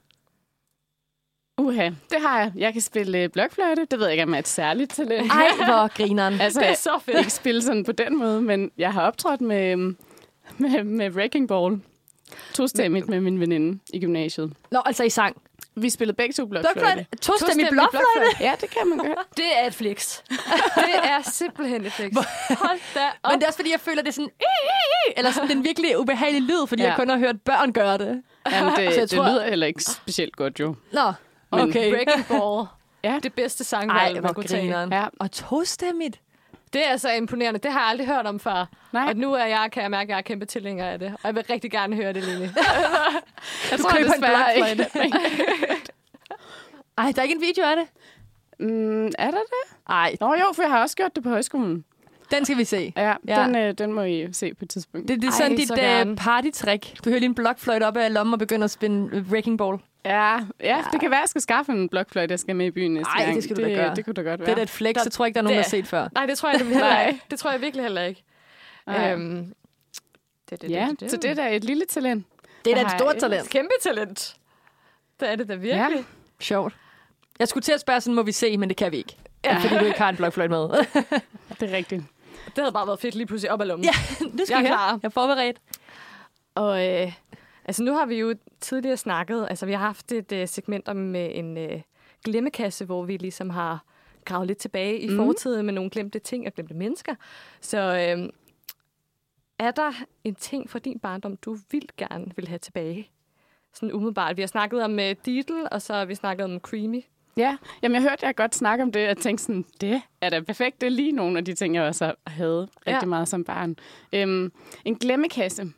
Uha, det har jeg. Jeg kan spille øh, blokfløjte. Det ved jeg ikke, om jeg er et særligt talent. Ej, hvor grineren. altså, Det er jeg så fedt. ikke spille sådan på den måde, men jeg har optrådt med, øhm, med, med Wrecking Ball. Tostemmigt med min veninde i gymnasiet. Nå, altså i sang. Vi spillede begge to blokfløjte. Blokfløjte. To-stemmig To-stemmig blokfløjte. Ja, det kan man godt. Det er et flex. det er simpelthen et flex. Hold da op. Men det er også fordi, jeg føler, det er sådan... Eller sådan den virkelig ubehagelige lyd, fordi Ja. jeg kun har hørt børn gøre det. Jamen, det, Så jeg det tror- lyder heller ikke specielt godt, jo. Nå, Men- okay. Breaking Ball. Ja. Det bedste Ej, sangvalg, man hvor kunne tage. grineren. Ja. Og tostemmigt. Det er altså imponerende. Det har jeg aldrig hørt om før. Nej. Og nu er jeg, kan jeg mærke, at jeg er kæmpe tilhænger af det. Og jeg vil rigtig gerne høre det, Lille. Jeg Du tror køber en desværre blokfløjte. ikke. Ej, der er ikke en video af det? Mm, er der det? Ej, Nå jo, for jeg har også gjort det på højskolen. den skal vi se. Ja, Ja. Den, øh, den må I se på et tidspunkt. Det, det er Ej, sådan så dit gerne. uh, partytrick. Du hører lige en blokfløjte op af lommen og begynder at spinde Wrecking Ball. Ja, ja, ja, det kan være, at jeg skal skaffe en blokfløjte, jeg skal med i byen næste Ej, gang. det skal du det, da gøre. Det kunne da godt være. Det er da et flex, jeg tror ikke, der er nogen, der har set før. Nej, det tror jeg det heller Nej. ikke. Det tror jeg virkelig heller ikke. Nej. Øhm, det, det, Ja, det, det, så det er da et lille talent. Det er da Jeg et har stort et talent. Kæmpe talent. Det er det da virkelig. Sjovt. Jeg skulle til at spørge, sådan må vi se, men det kan vi ikke. Ja. Ja. Fordi du ikke har en blokfløjte med. Det er rigtigt. Det havde bare været fedt lige pludselig op ad lommen. Ja, det skal Jeg er jeg klar. Jeg er forberedt. Og øh, altså nu har vi jo tidligere snakket, altså vi har haft et øh, segment om øh, en øh, glemmekasse, hvor vi ligesom har gravet lidt tilbage i Mhm. fortiden med nogle glemte ting og glemte mennesker. Så øh, er der en ting fra din barndom, du vildt gerne vil have tilbage? Sådan umiddelbart. Vi har snakket om øh, Diddle, og så har vi snakket om Creamy. Ja, jamen jeg hørte jer godt snakke om det, og jeg tænkte sådan, det er da perfekt. Det er lige nogle af de ting, jeg også havde rigtig Ja. meget som barn. Øhm, en glemmekasse.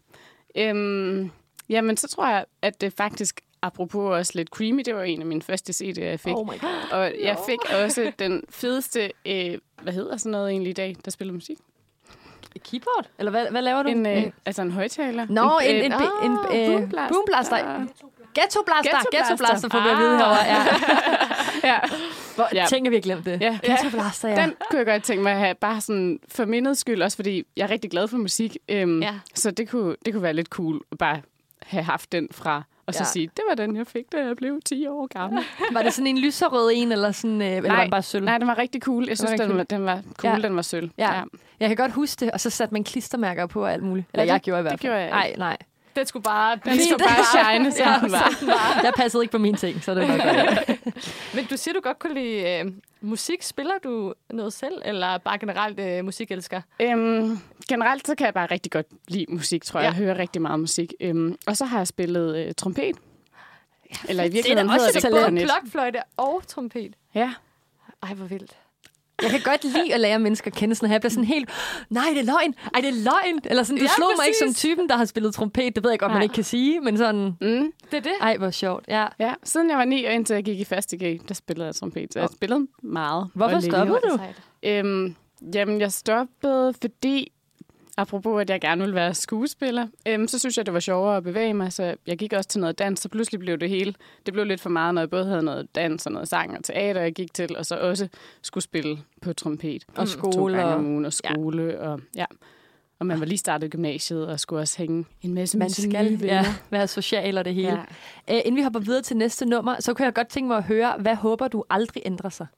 Øhm, jamen, så tror jeg, at det faktisk, apropos også lidt creamy, det var en af mine første C D'er, jeg fik. Oh my God. Og jeg fik også den fedeste, øh, hvad hedder sådan noget egentlig i dag, der spiller musik? Et keyboard? Eller hvad, hvad laver du? En, øh, altså en højtaler. Nå, en, en, en, øh, en, en øh, boomblaster. boomblaster. Ghettoblaster. Ghettoblaster. Ghettoblaster får vi at vide herovre. Ja. Ja. Hvor, Ja. tænker vi har glemt det. Ja. Ghettoblaster, ja. Den kunne jeg godt tænke mig at have, bare sådan for mindets skyld, også fordi jeg er rigtig glad for musik. Øhm, Ja. Så det kunne, det kunne være lidt cool at bare have haft den fra, og så Ja. sige, det var den, jeg fik, da jeg blev ti år gammel. Var det sådan en lyserød en, eller, sådan, øh, eller var den bare sølv? Nej, den var rigtig cool. Jeg synes, rigtig den var, den var cool, Ja. den var sølv. Ja. Jeg kan godt huske det, og så satte man klistermærker på og alt muligt. Eller Ja, jeg det- gjorde i hvert det fald. gjorde jeg Nej, ikke. nej. Den skulle bare... Den skulle bare shine, som Ja, den var. sådan var. Jeg passede ikke på mine ting, så det var godt. Men du siger, du godt kunne lide øh, musik. Spiller du noget selv, eller bare generelt øh, musikelsker? Øhm, generelt så kan jeg bare rigtig godt lide musik, tror jeg. Ja. Jeg hører rigtig meget musik. Øhm, og så har jeg spillet øh, trompet. Ja, Eller i det er virkeligheden da også hedder et det talent. kornet. Blokfløjte og trompet. Ja. Ej, hvor vildt. Jeg kan godt lide at lære mennesker at kende sådan her. Jeg bliver sådan helt, nej, det er løgn. Ej, det er løgn. Eller sådan, du Ja, slog mig ikke som præcis. typen, der har spillet trompet. Det ved jeg godt, man Nej. ikke kan sige, men sådan, Mm. Det er det. ej, hvor sjovt. Ja. Ja, siden jeg var ni og indtil jeg gik i første G, der spillede jeg trompet. Så jeg spillede meget. Hvorfor og længe. stoppede du? Sejt. Øhm, jamen, jeg stoppede, fordi, apropos at jeg gerne ville være skuespiller, øhm, så synes jeg, det var sjovere at bevæge mig, så jeg gik også til noget dans, så pludselig blev det hele, det blev lidt for meget, når jeg både havde noget dans og noget sang og teater, jeg gik til, og så også skulle spille på trompet. Og To skole gange og- om ugen, og skole, ja. og ja. Og man var lige startet gymnasiet, og skulle også hænge en masse Man med sine skal nye venner. ja, være social og det hele. Ja. Æ, inden vi hopper videre til næste nummer, så kunne jeg godt tænke mig at høre, hvad håber du aldrig ændrer sig?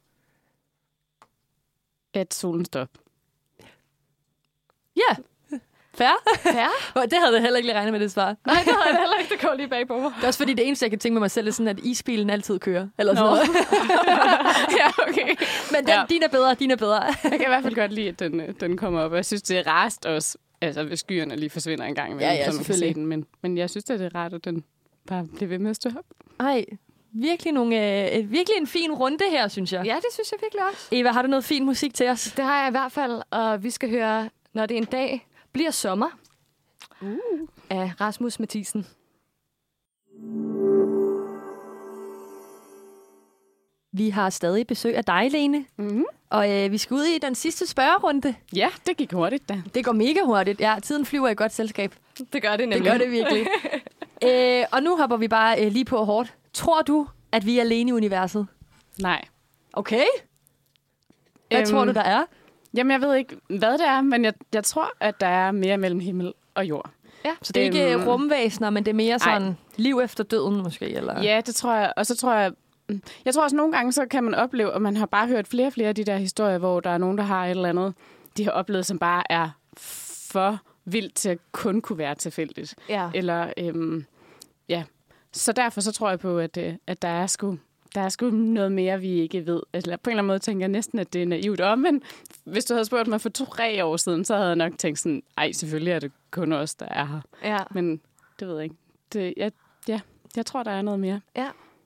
At solen stopper. Ja, fair. Ja. Det havde jeg heller ikke lige regnet med, det svar. Nej, det havde jeg heller ikke. Det kom lige bag på mig. Det er også fordi, det eneste, jeg kan tænke med mig selv, er sådan, at isbilen altid kører. Eller sådan Nå. noget. Ja, okay. Men den, Ja. din er bedre, din er bedre. Jeg kan i hvert fald godt lide, at den, øh, den kommer op. Og jeg synes, det er rarest også, altså hvis skyerne lige forsvinder en gang imellem, Ja, ja, så man kan se selvfølgelig. den. Men, men jeg synes, det er rart, at den bare bliver ved med at stå op. Ej, virkelig, nogle, øh, virkelig en fin runde her, synes jeg. Ja, det synes jeg virkelig også. Eva, har du noget fin musik til os? Det har jeg i hvert fald, og vi skal høre, når det en dag bliver sommer, uh. af Rasmus Mathisen. Vi har stadig besøg af dig, Lene. Mm-hmm. Og øh, vi skal ud i den sidste spørgerunde. Ja, det gik hurtigt da. Det går mega hurtigt. Ja, tiden flyver i godt selskab. Det gør det Det nemlig. gør det virkelig. øh, og nu hopper vi bare øh, lige på hårdt. Tror du, at vi er alene i universet? Nej. Okay. Hvad Øhm, tror du, der er? Jamen, jeg ved ikke, hvad det er, men jeg, jeg tror, at der er mere mellem himmel og jord. Ja. Så det er ikke øhm, rumvæsener, men det er mere sådan liv efter døden måske? Eller? Ja, det tror jeg. Og så tror jeg, jeg tror også nogle gange, så kan man opleve, og man har bare hørt flere og flere af de der historier, hvor der er nogen, der har et eller andet, de har oplevet, som bare er for vildt til at kun kunne være tilfældigt. Ja. Eller, øhm, ja. Så derfor så tror jeg på, at, øh, at der er sgu der er sgu noget mere, vi ikke ved. Eller på en eller anden måde tænker jeg næsten, at det er naivt om, men hvis du havde spurgt mig for tre år siden, så havde jeg nok tænkt sådan, ej, selvfølgelig er det kun os, der er her. Ja. Men det ved jeg ikke. Det, jeg, ja, jeg tror, der er noget mere. Ja.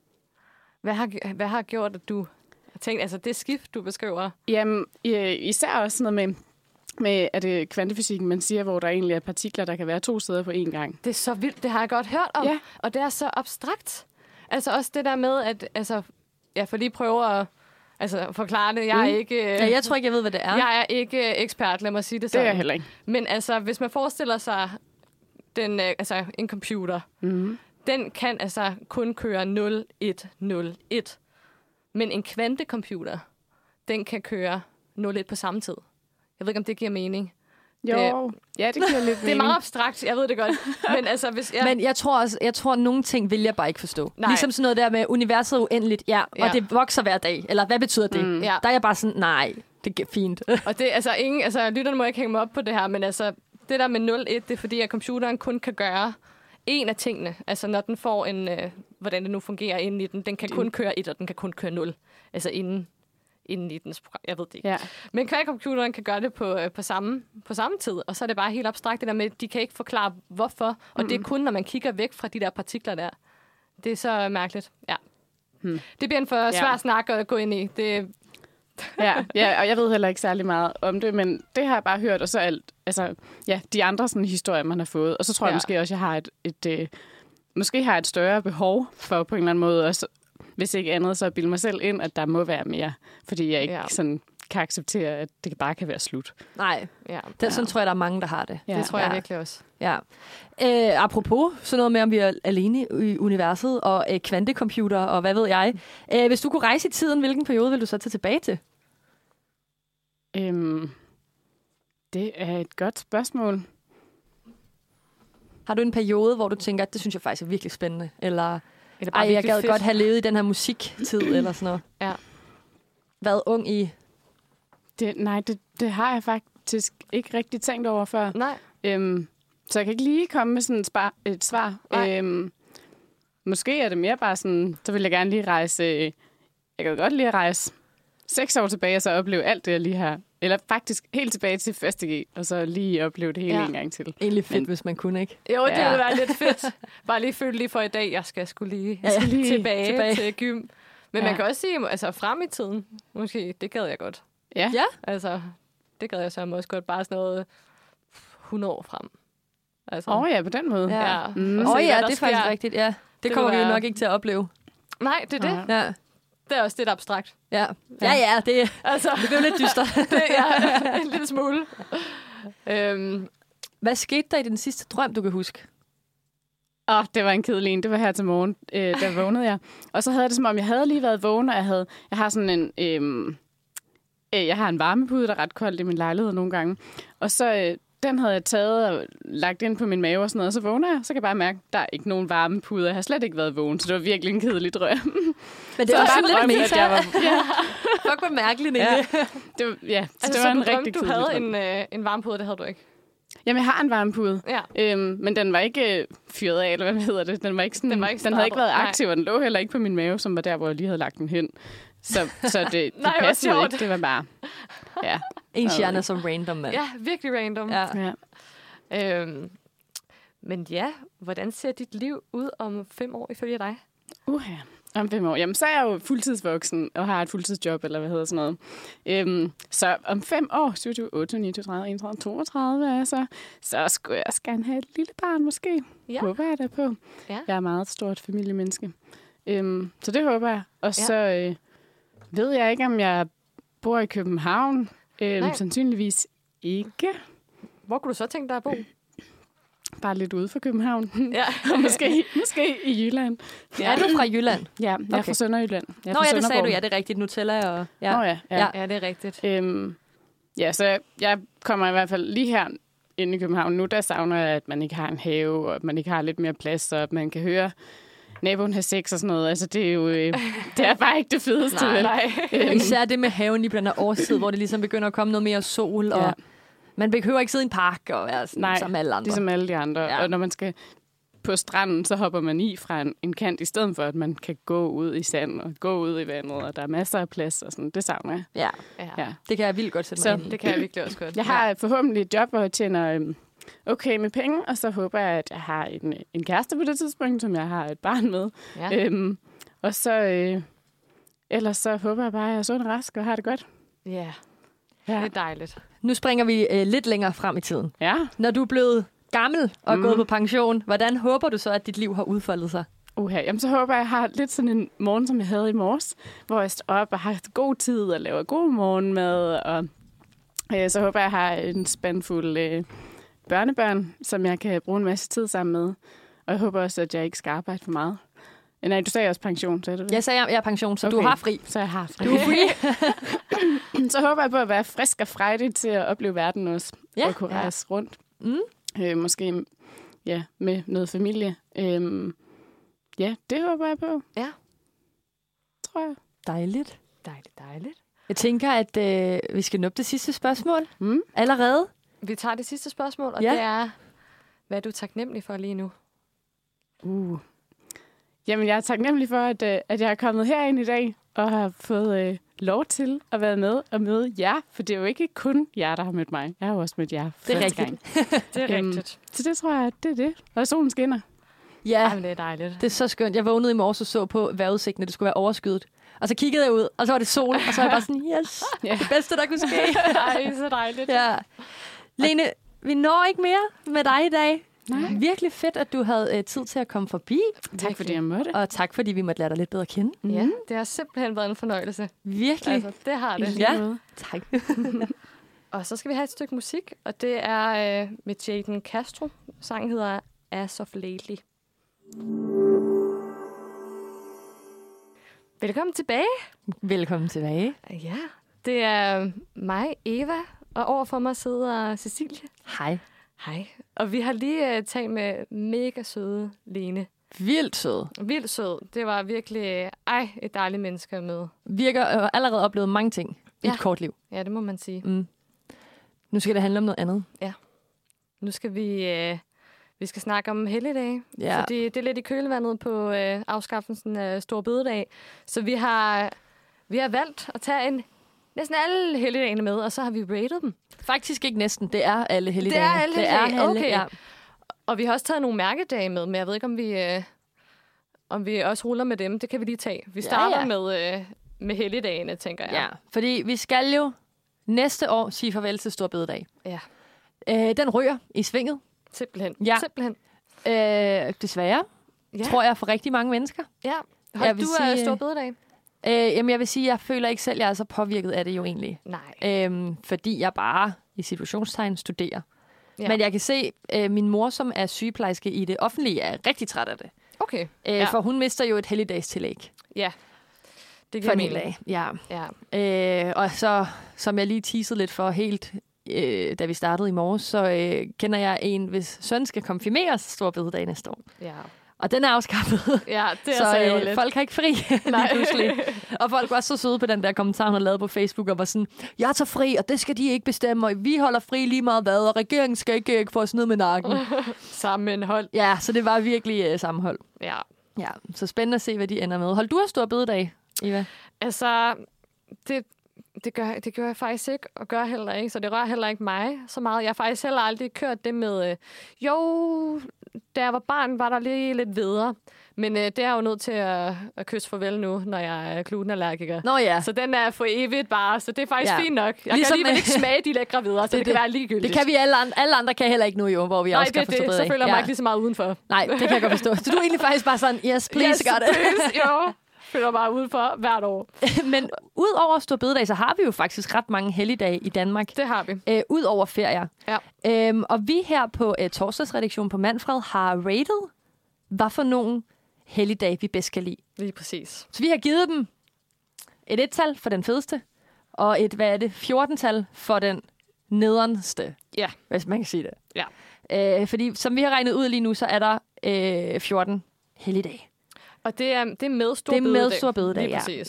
Hvad har, hvad har gjort, at du har tænkt, altså det skift, du beskriver? Jamen, især også sådan noget med, med at det er kvantefysikken, man siger, hvor der egentlig er partikler, der kan være to steder på én gang. Det er så vildt, det har jeg godt hørt om. Ja. Og det er så abstrakt. Altså også det der med, at altså, jeg får lige prøve at altså, forklare det. Jeg er Mm. ikke... øh, Ja, jeg tror ikke, jeg ved, hvad det er. Jeg er ikke øh, ekspert, lad mig sige det Det sådan. er jeg heller ikke. Men altså, hvis man forestiller sig den, øh, altså, en computer, Mm-hmm. den kan altså kun køre nul et nul et. Men en kvantekomputer, den kan køre nul et på samme tid. Jeg ved ikke, om det giver mening. Jo, ja, det giver lidt Det er meget abstrakt, jeg ved det godt. Men altså, hvis jeg... Men jeg tror også, jeg tror, at nogle ting vil jeg bare ikke forstå. Nej. Ligesom sådan noget der med, universet er uendeligt, ja, og Ja. det vokser hver dag. Eller hvad betyder det? Mm. Ja. Der er jeg bare sådan, nej, det er fint. Og det altså ingen, altså lytterne må ikke hænge mig op på det her, men altså det der med nul et, det er fordi, at computeren kun kan gøre en af tingene. Altså når den får en, øh, hvordan det nu fungerer inden i den, den kan kun køre et, og den kan kun køre nul. Altså inden, inden i dens program. Jeg ved det ikke. Ja. Men computeren kan gøre det på, øh, på, samme, på samme tid, og så er det bare helt abstrakt det der med, de kan ikke forklare hvorfor, og mm-hmm. det er kun, når man kigger væk fra de der partikler der. Det er så mærkeligt. Ja. Hmm. Det bliver en for svær Ja. snak at gå ind i. Det Ja, ja, og jeg ved heller ikke særlig meget om det, men det har jeg bare hørt, og så alt, altså, ja, de andre sådan, historier, man har fået. Og så tror jeg Ja. måske også, jeg har et, et, et, måske har jeg et større behov for på en eller anden måde, også, hvis ikke andet, så bilde mig selv ind, at der må være mere, fordi jeg ikke Ja. sådan kan acceptere, at det bare kan være slut. Nej, Ja, det, sådan tror jeg, der er mange, der har det. Ja. det tror jeg Ja. virkelig også. Ja. Øh, apropos sådan noget med, om vi er alene i universet, og øh, kvantecomputer, og hvad ved jeg. Øh, hvis du kunne rejse i tiden, hvilken periode vil du så tage tilbage til? Øhm, det er et godt spørgsmål. Har du en periode, hvor du tænker, at det synes jeg faktisk er virkelig spændende? Eller, Eller ej, jeg virkelig gad fedt. godt have levet i den her musiktid, eller sådan noget. Ja. Været ung i... Det, nej, det, det har jeg faktisk ikke rigtig tænkt over før. Nej. Øhm, så jeg kan ikke lige komme med sådan et, spar, et svar. Nej. Øhm, måske er det mere bare sådan, så vil jeg gerne lige rejse... øh, Jeg kan godt lige at rejse seks år tilbage, og så opleve alt det, jeg lige har... Eller faktisk helt tilbage til første G, og så lige opleve det hele Ja. en gang til. Egentlig fedt, Men- hvis man kunne, ikke? Jo, det Ja. ville være lidt fedt. Bare lige føle lige for i dag, jeg skal skulle lige, Ja, ja. skal lige Tilbage. tilbage, tilbage til gym. Men Ja. man kan også sige, altså frem i tiden, måske, det gad jeg godt. Ja. Ja. Altså, det gad jeg så også godt, bare sådan noget hundrede år frem. Altså, Åh oh, ja, på den måde. Ja. ja. Mm. Og Åh se, oh, hvad ja, der det er faktisk sker. rigtigt, ja. Det, Det kommer må vi jo være- nok ikke til at opleve. Nej, det er det. Nej. Ja, Det er også lidt abstrakt. ja. Ja, ja, det, Altså, det blev lidt dystert. det er en lille smule. Øhm, Hvad skete der i den sidste drøm, du kan huske? Åh, oh, det var en kedelig en. Det var her til morgen, øh, der vågnede jeg. Og så havde jeg det som om, jeg havde lige været vågen, og jeg, havde, jeg har sådan en... Øhm, øh, jeg har en varmepude, der er ret koldt i min lejlighed nogle gange. Og så øh, den havde jeg taget og lagt ind på min mave og sådan noget. Og så vågner jeg, så kan jeg bare mærke, at der er ikke nogen varmepude. Jeg har slet ikke været vågen, så det var virkelig en kedelig drøm. Men det Så var jeg sådan bare lidt drømte, meta. at jeg var- Ja. Fuck, hvor mærkeligt, Ja. egentlig. Det var, ja, så altså, det så var du en rigtig drømte, du kedelig havde drøm. en, øh, en varmepude, det havde du ikke? Jamen, jeg har en varmepude. Ja. Øhm, men den var ikke øh, fyret af, eller hvad hedder det? Den, var ikke sådan, Den var ikke den havde ikke været startet. aktiv, og den lå heller ikke på min mave, som var der, hvor jeg lige havde lagt den hen. Så, så det, det Nej, hvor passede sjovt. ikke. Det var bare... Ja. En stjerne er så random, mand. Ja, virkelig random. Ja. ja. Øhm, men ja, hvordan ser dit liv ud om fem år ifølge dig? Uha. Om fem år. Jamen, så er jeg jo fuldtidsvoksen og har et fuldtidsjob, eller hvad hedder sådan noget. Øhm, så om fem år, syvogtyve, otteogtyve, niogtyve, tredive, enogtredive, toogtredive, altså, så skulle jeg også gerne have et lille barn, måske. Ja. Håber jeg da på. Ja. Jeg er meget et stort familiemenneske. Øhm, så det håber jeg. Og Ja. så øh, ved jeg ikke, om jeg bor i København. Øhm, Nej. sandsynligvis ikke. Hvor kunne du så tænke dig at bo? Bare lidt ude for København. Ja. Og måske, måske i Jylland. Ja. Er du fra Jylland? Ja, jeg er Okay. fra Sønderjylland. Jeg er Nå fra ja, det sagde Sønderborg. du. Ja, det er rigtigt. Nutella og... Ja. Ja. Nå ja, ja. Ja. Ja, det er rigtigt. Øhm, ja, så jeg, jeg kommer i hvert fald lige her inde i København nu, der savner jeg, at man ikke har en have, og at man ikke har lidt mere plads, og at man kan høre naboen have sex og sådan noget. Altså, det er jo øh, det er bare ikke det fedeste, Nej, vel? nej. Øhm, Især det med haven i blandt andet årstid, hvor det ligesom begynder at komme noget mere sol, og Ja. man behøver ikke sidde i en park og være sådan, Nej, sammen med alle andre. ligesom alle de andre. Ja. Ja. Og når man skal på stranden, så hopper man i fra en, en kant, i stedet for, at man kan gå ud i sand og gå ud i vandet, og der er masser af plads, og sådan. Det savner jeg. Ja, Ja. Ja. det kan jeg vildt godt sætte Så- mig ind i. Det kan jeg virkelig også godt. Jeg har forhåbentlig et job, hvor jeg tjener øhm, okay med penge, og så håber jeg, at jeg har en, en kæreste på det tidspunkt, som jeg har et barn med. Ja. Øhm, og så... Øh, ellers så håber jeg bare, at jeg er sund og rask og har det godt. Ja, Ja. det er dejligt. Nu springer vi øh, lidt længere frem i tiden. Ja. Når du er blevet gammel og Mm. gået på pension, hvordan håber du så, at dit liv har udfoldet sig? Uha, jamen så håber jeg, at jeg har lidt sådan en morgen, som jeg havde i morges, hvor jeg står op og har god tid og laver god morgenmad. Og øh, så håber jeg, at jeg har en spandfuld øh, børnebørn, som jeg kan bruge en masse tid sammen med. Og jeg håber også, at jeg ikke skal arbejde for meget. Nej, du sagde også pension, sagde du det? Jeg sagde, at jeg er pension, så okay. du Okay. har fri. Så jeg har fri. Du er fri. Så håber jeg på at være frisk og frejdig til at opleve verden også. Ja. Og kunne rejse rundt. Mm. Øh, måske ja, med noget familie. Øhm, ja, det håber jeg på. Ja. Tror jeg. Dejligt. Dejligt, dejligt. Jeg tænker, at øh, vi skal nå op det sidste spørgsmål. Mm. Allerede? Vi tager det sidste spørgsmål, og Ja. det er, hvad er du taknemmelig for lige nu? Uh. Jamen, jeg er taknemmelig for, at, øh, at jeg er kommet herind i dag og har fået øh, lov til at være med og møde jer. For det er jo ikke kun jer, der har mødt mig. Jeg har jo også mødt jer Det er første rigtigt. gang. Det er Øhm, rigtigt. Så det tror jeg, det er det. Og solen skinner. Ja, Jamen, det er dejligt. det er så skønt. Jeg vågnede i morges og så på vejrudsigten, at det skulle være overskyet. Og så kiggede jeg ud, og så var det sol, og så var jeg bare sådan, yes, Ja. det bedste, der kunne ske. Ej, så dejligt. Ja. Lene, vi når ikke mere med dig i dag. Nej. Virkelig fedt, at du havde øh, tid til at komme forbi. Tak fordi jeg måtte. Og tak, fordi vi måtte lære dig lidt bedre at kende. Ja, det har simpelthen været en fornøjelse. Virkelig. Altså, det har det. Ja, tak. Og så skal vi have et stykke musik, og det er øh, med Jaden Castro. Sangen hedder As of Lately. Velkommen tilbage. Velkommen tilbage. Ja, det er mig, Eva, og overfor mig sidder Cecilie. Hej. Hej. Og vi har lige uh, talt med mega søde Lene. Vildt sød. Vildt sød. Det var virkelig, ej, et dejligt menneske med. Virker og har allerede oplevet mange ting i Ja. et kort liv. Ja, det må man sige. Mm. Nu skal det handle om noget andet. Nu skal vi, øh, vi skal snakke om helligdage. Ja. Fordi det er lidt i kølvandet på øh, afskaffelsen af Store Bededag. Så vi har, vi har valgt at tage en, næsten alle helligdagene med, og så har vi rated dem. Faktisk ikke næsten. Det er alle helligdage. Det er alle helligdage, okay. Ja. Og vi har også taget nogle mærkedage med, men jeg ved ikke, om vi, øh, om vi også ruller med dem. Det kan vi lige tage. Vi starter Ja, ja. med, øh, med helligdagene, tænker jeg. Ja, fordi vi skal jo næste år sige farvel til Store Bededag. Ja. Øh, den ryger i svinget. Simpelthen. Ja. Simpelthen. Øh, desværre, Ja. tror jeg, for rigtig mange mennesker. Ja. Jeg Holdt vil du af sige- Store Bededag? Øh, jamen, jeg vil sige, at jeg føler ikke selv, at jeg er så påvirket af det jo egentlig. Nej. Øhm, fordi jeg bare i situationstegn studerer. Ja. Ja. Men jeg kan se, at min mor, som er sygeplejerske i det offentlige, er rigtig træt af det. Okay. Øh, Ja. ja. For hun mister jo et helligdagstillæg Ja. Det for giver en hel mening. dag. Ja. Ja. Øh, og så, som jeg lige teasede lidt for helt, øh, da vi startede i morges, så øh, kender jeg en, hvis søn skal konfirmeres Store Bededag næste år. Ja. Og den er afskaffet. Ja, det er Så så øh, ærgerligt. folk har ikke fri lige pludselig. Og folk var så søde på den der kommentar, hun havde lavet på Facebook, og var sådan, jeg tager fri, og det skal de ikke bestemme, og vi holder fri lige meget hvad, og regeringen skal ikke, ikke få os ned med nakken. Sammenhold. Ja, så det var virkelig øh, sammenhold. Ja. Ja, så spændende at se, hvad de ender med. Hold du af Store Bededag, Eva? Altså, det, det, gør, det gør jeg faktisk ikke, og gør heller ikke, så det rører heller ikke mig så meget. Jeg har faktisk heller aldrig kørt det med, øh, jo, da jeg var barn, var der lige lidt videre. Men øh, det er jeg jo nødt til at, at kysse farvel nu, når jeg er glutenallergiker. Nå ja, Så den er for evigt bare, så det er faktisk Ja. ja. fint nok. Jeg Ligesom ligesom, kan alligevel med- ikke smage de lækre videre, så det, det, det. kan være ligegyldigt. det kan vi alle andre. Alle andre kan heller ikke nu jo, hvor vi Nej, det er afskaffer Store det. Så Bededag. føler jeg mig ikke lige så meget udenfor. Nej, det kan jeg godt forstå. Så du er egentlig faktisk bare sådan, yes, please, yes, got it. please, jo. Føler mig udenfor hvert år. Men ud over Store Bededag, så har vi jo faktisk ret mange helligdage i Danmark. Det har vi. Øh, ud over ferier. Ja. Øhm, og vi her på øh, torsdagsredaktionen på Manfred har rated, hvad for nogle helligdage vi bedst kan lide. Lige præcis. Så vi har givet dem et et-tal for den fedeste, og et, hvad er det, fjorten-tal for den nederste. Ja. Hvis man kan sige det. Ja. Øh, fordi som vi har regnet ud lige nu, så er der øh, fjorten helligdage. Og det er, det er med stor Det er med bededag. Store Bededag, Lige ja. præcis.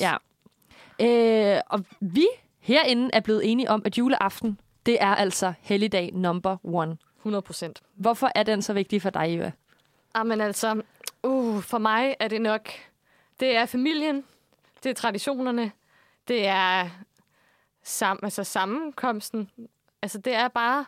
ja. Øh, og vi herinde er blevet enige om, at juleaften, det er altså helligdag number one. hundrede procent. Hvorfor er den så vigtig for dig, Eva? Jamen altså, uh, for mig er det nok, det er familien, det er traditionerne, det er sam, altså sammenkomsten. Altså det er bare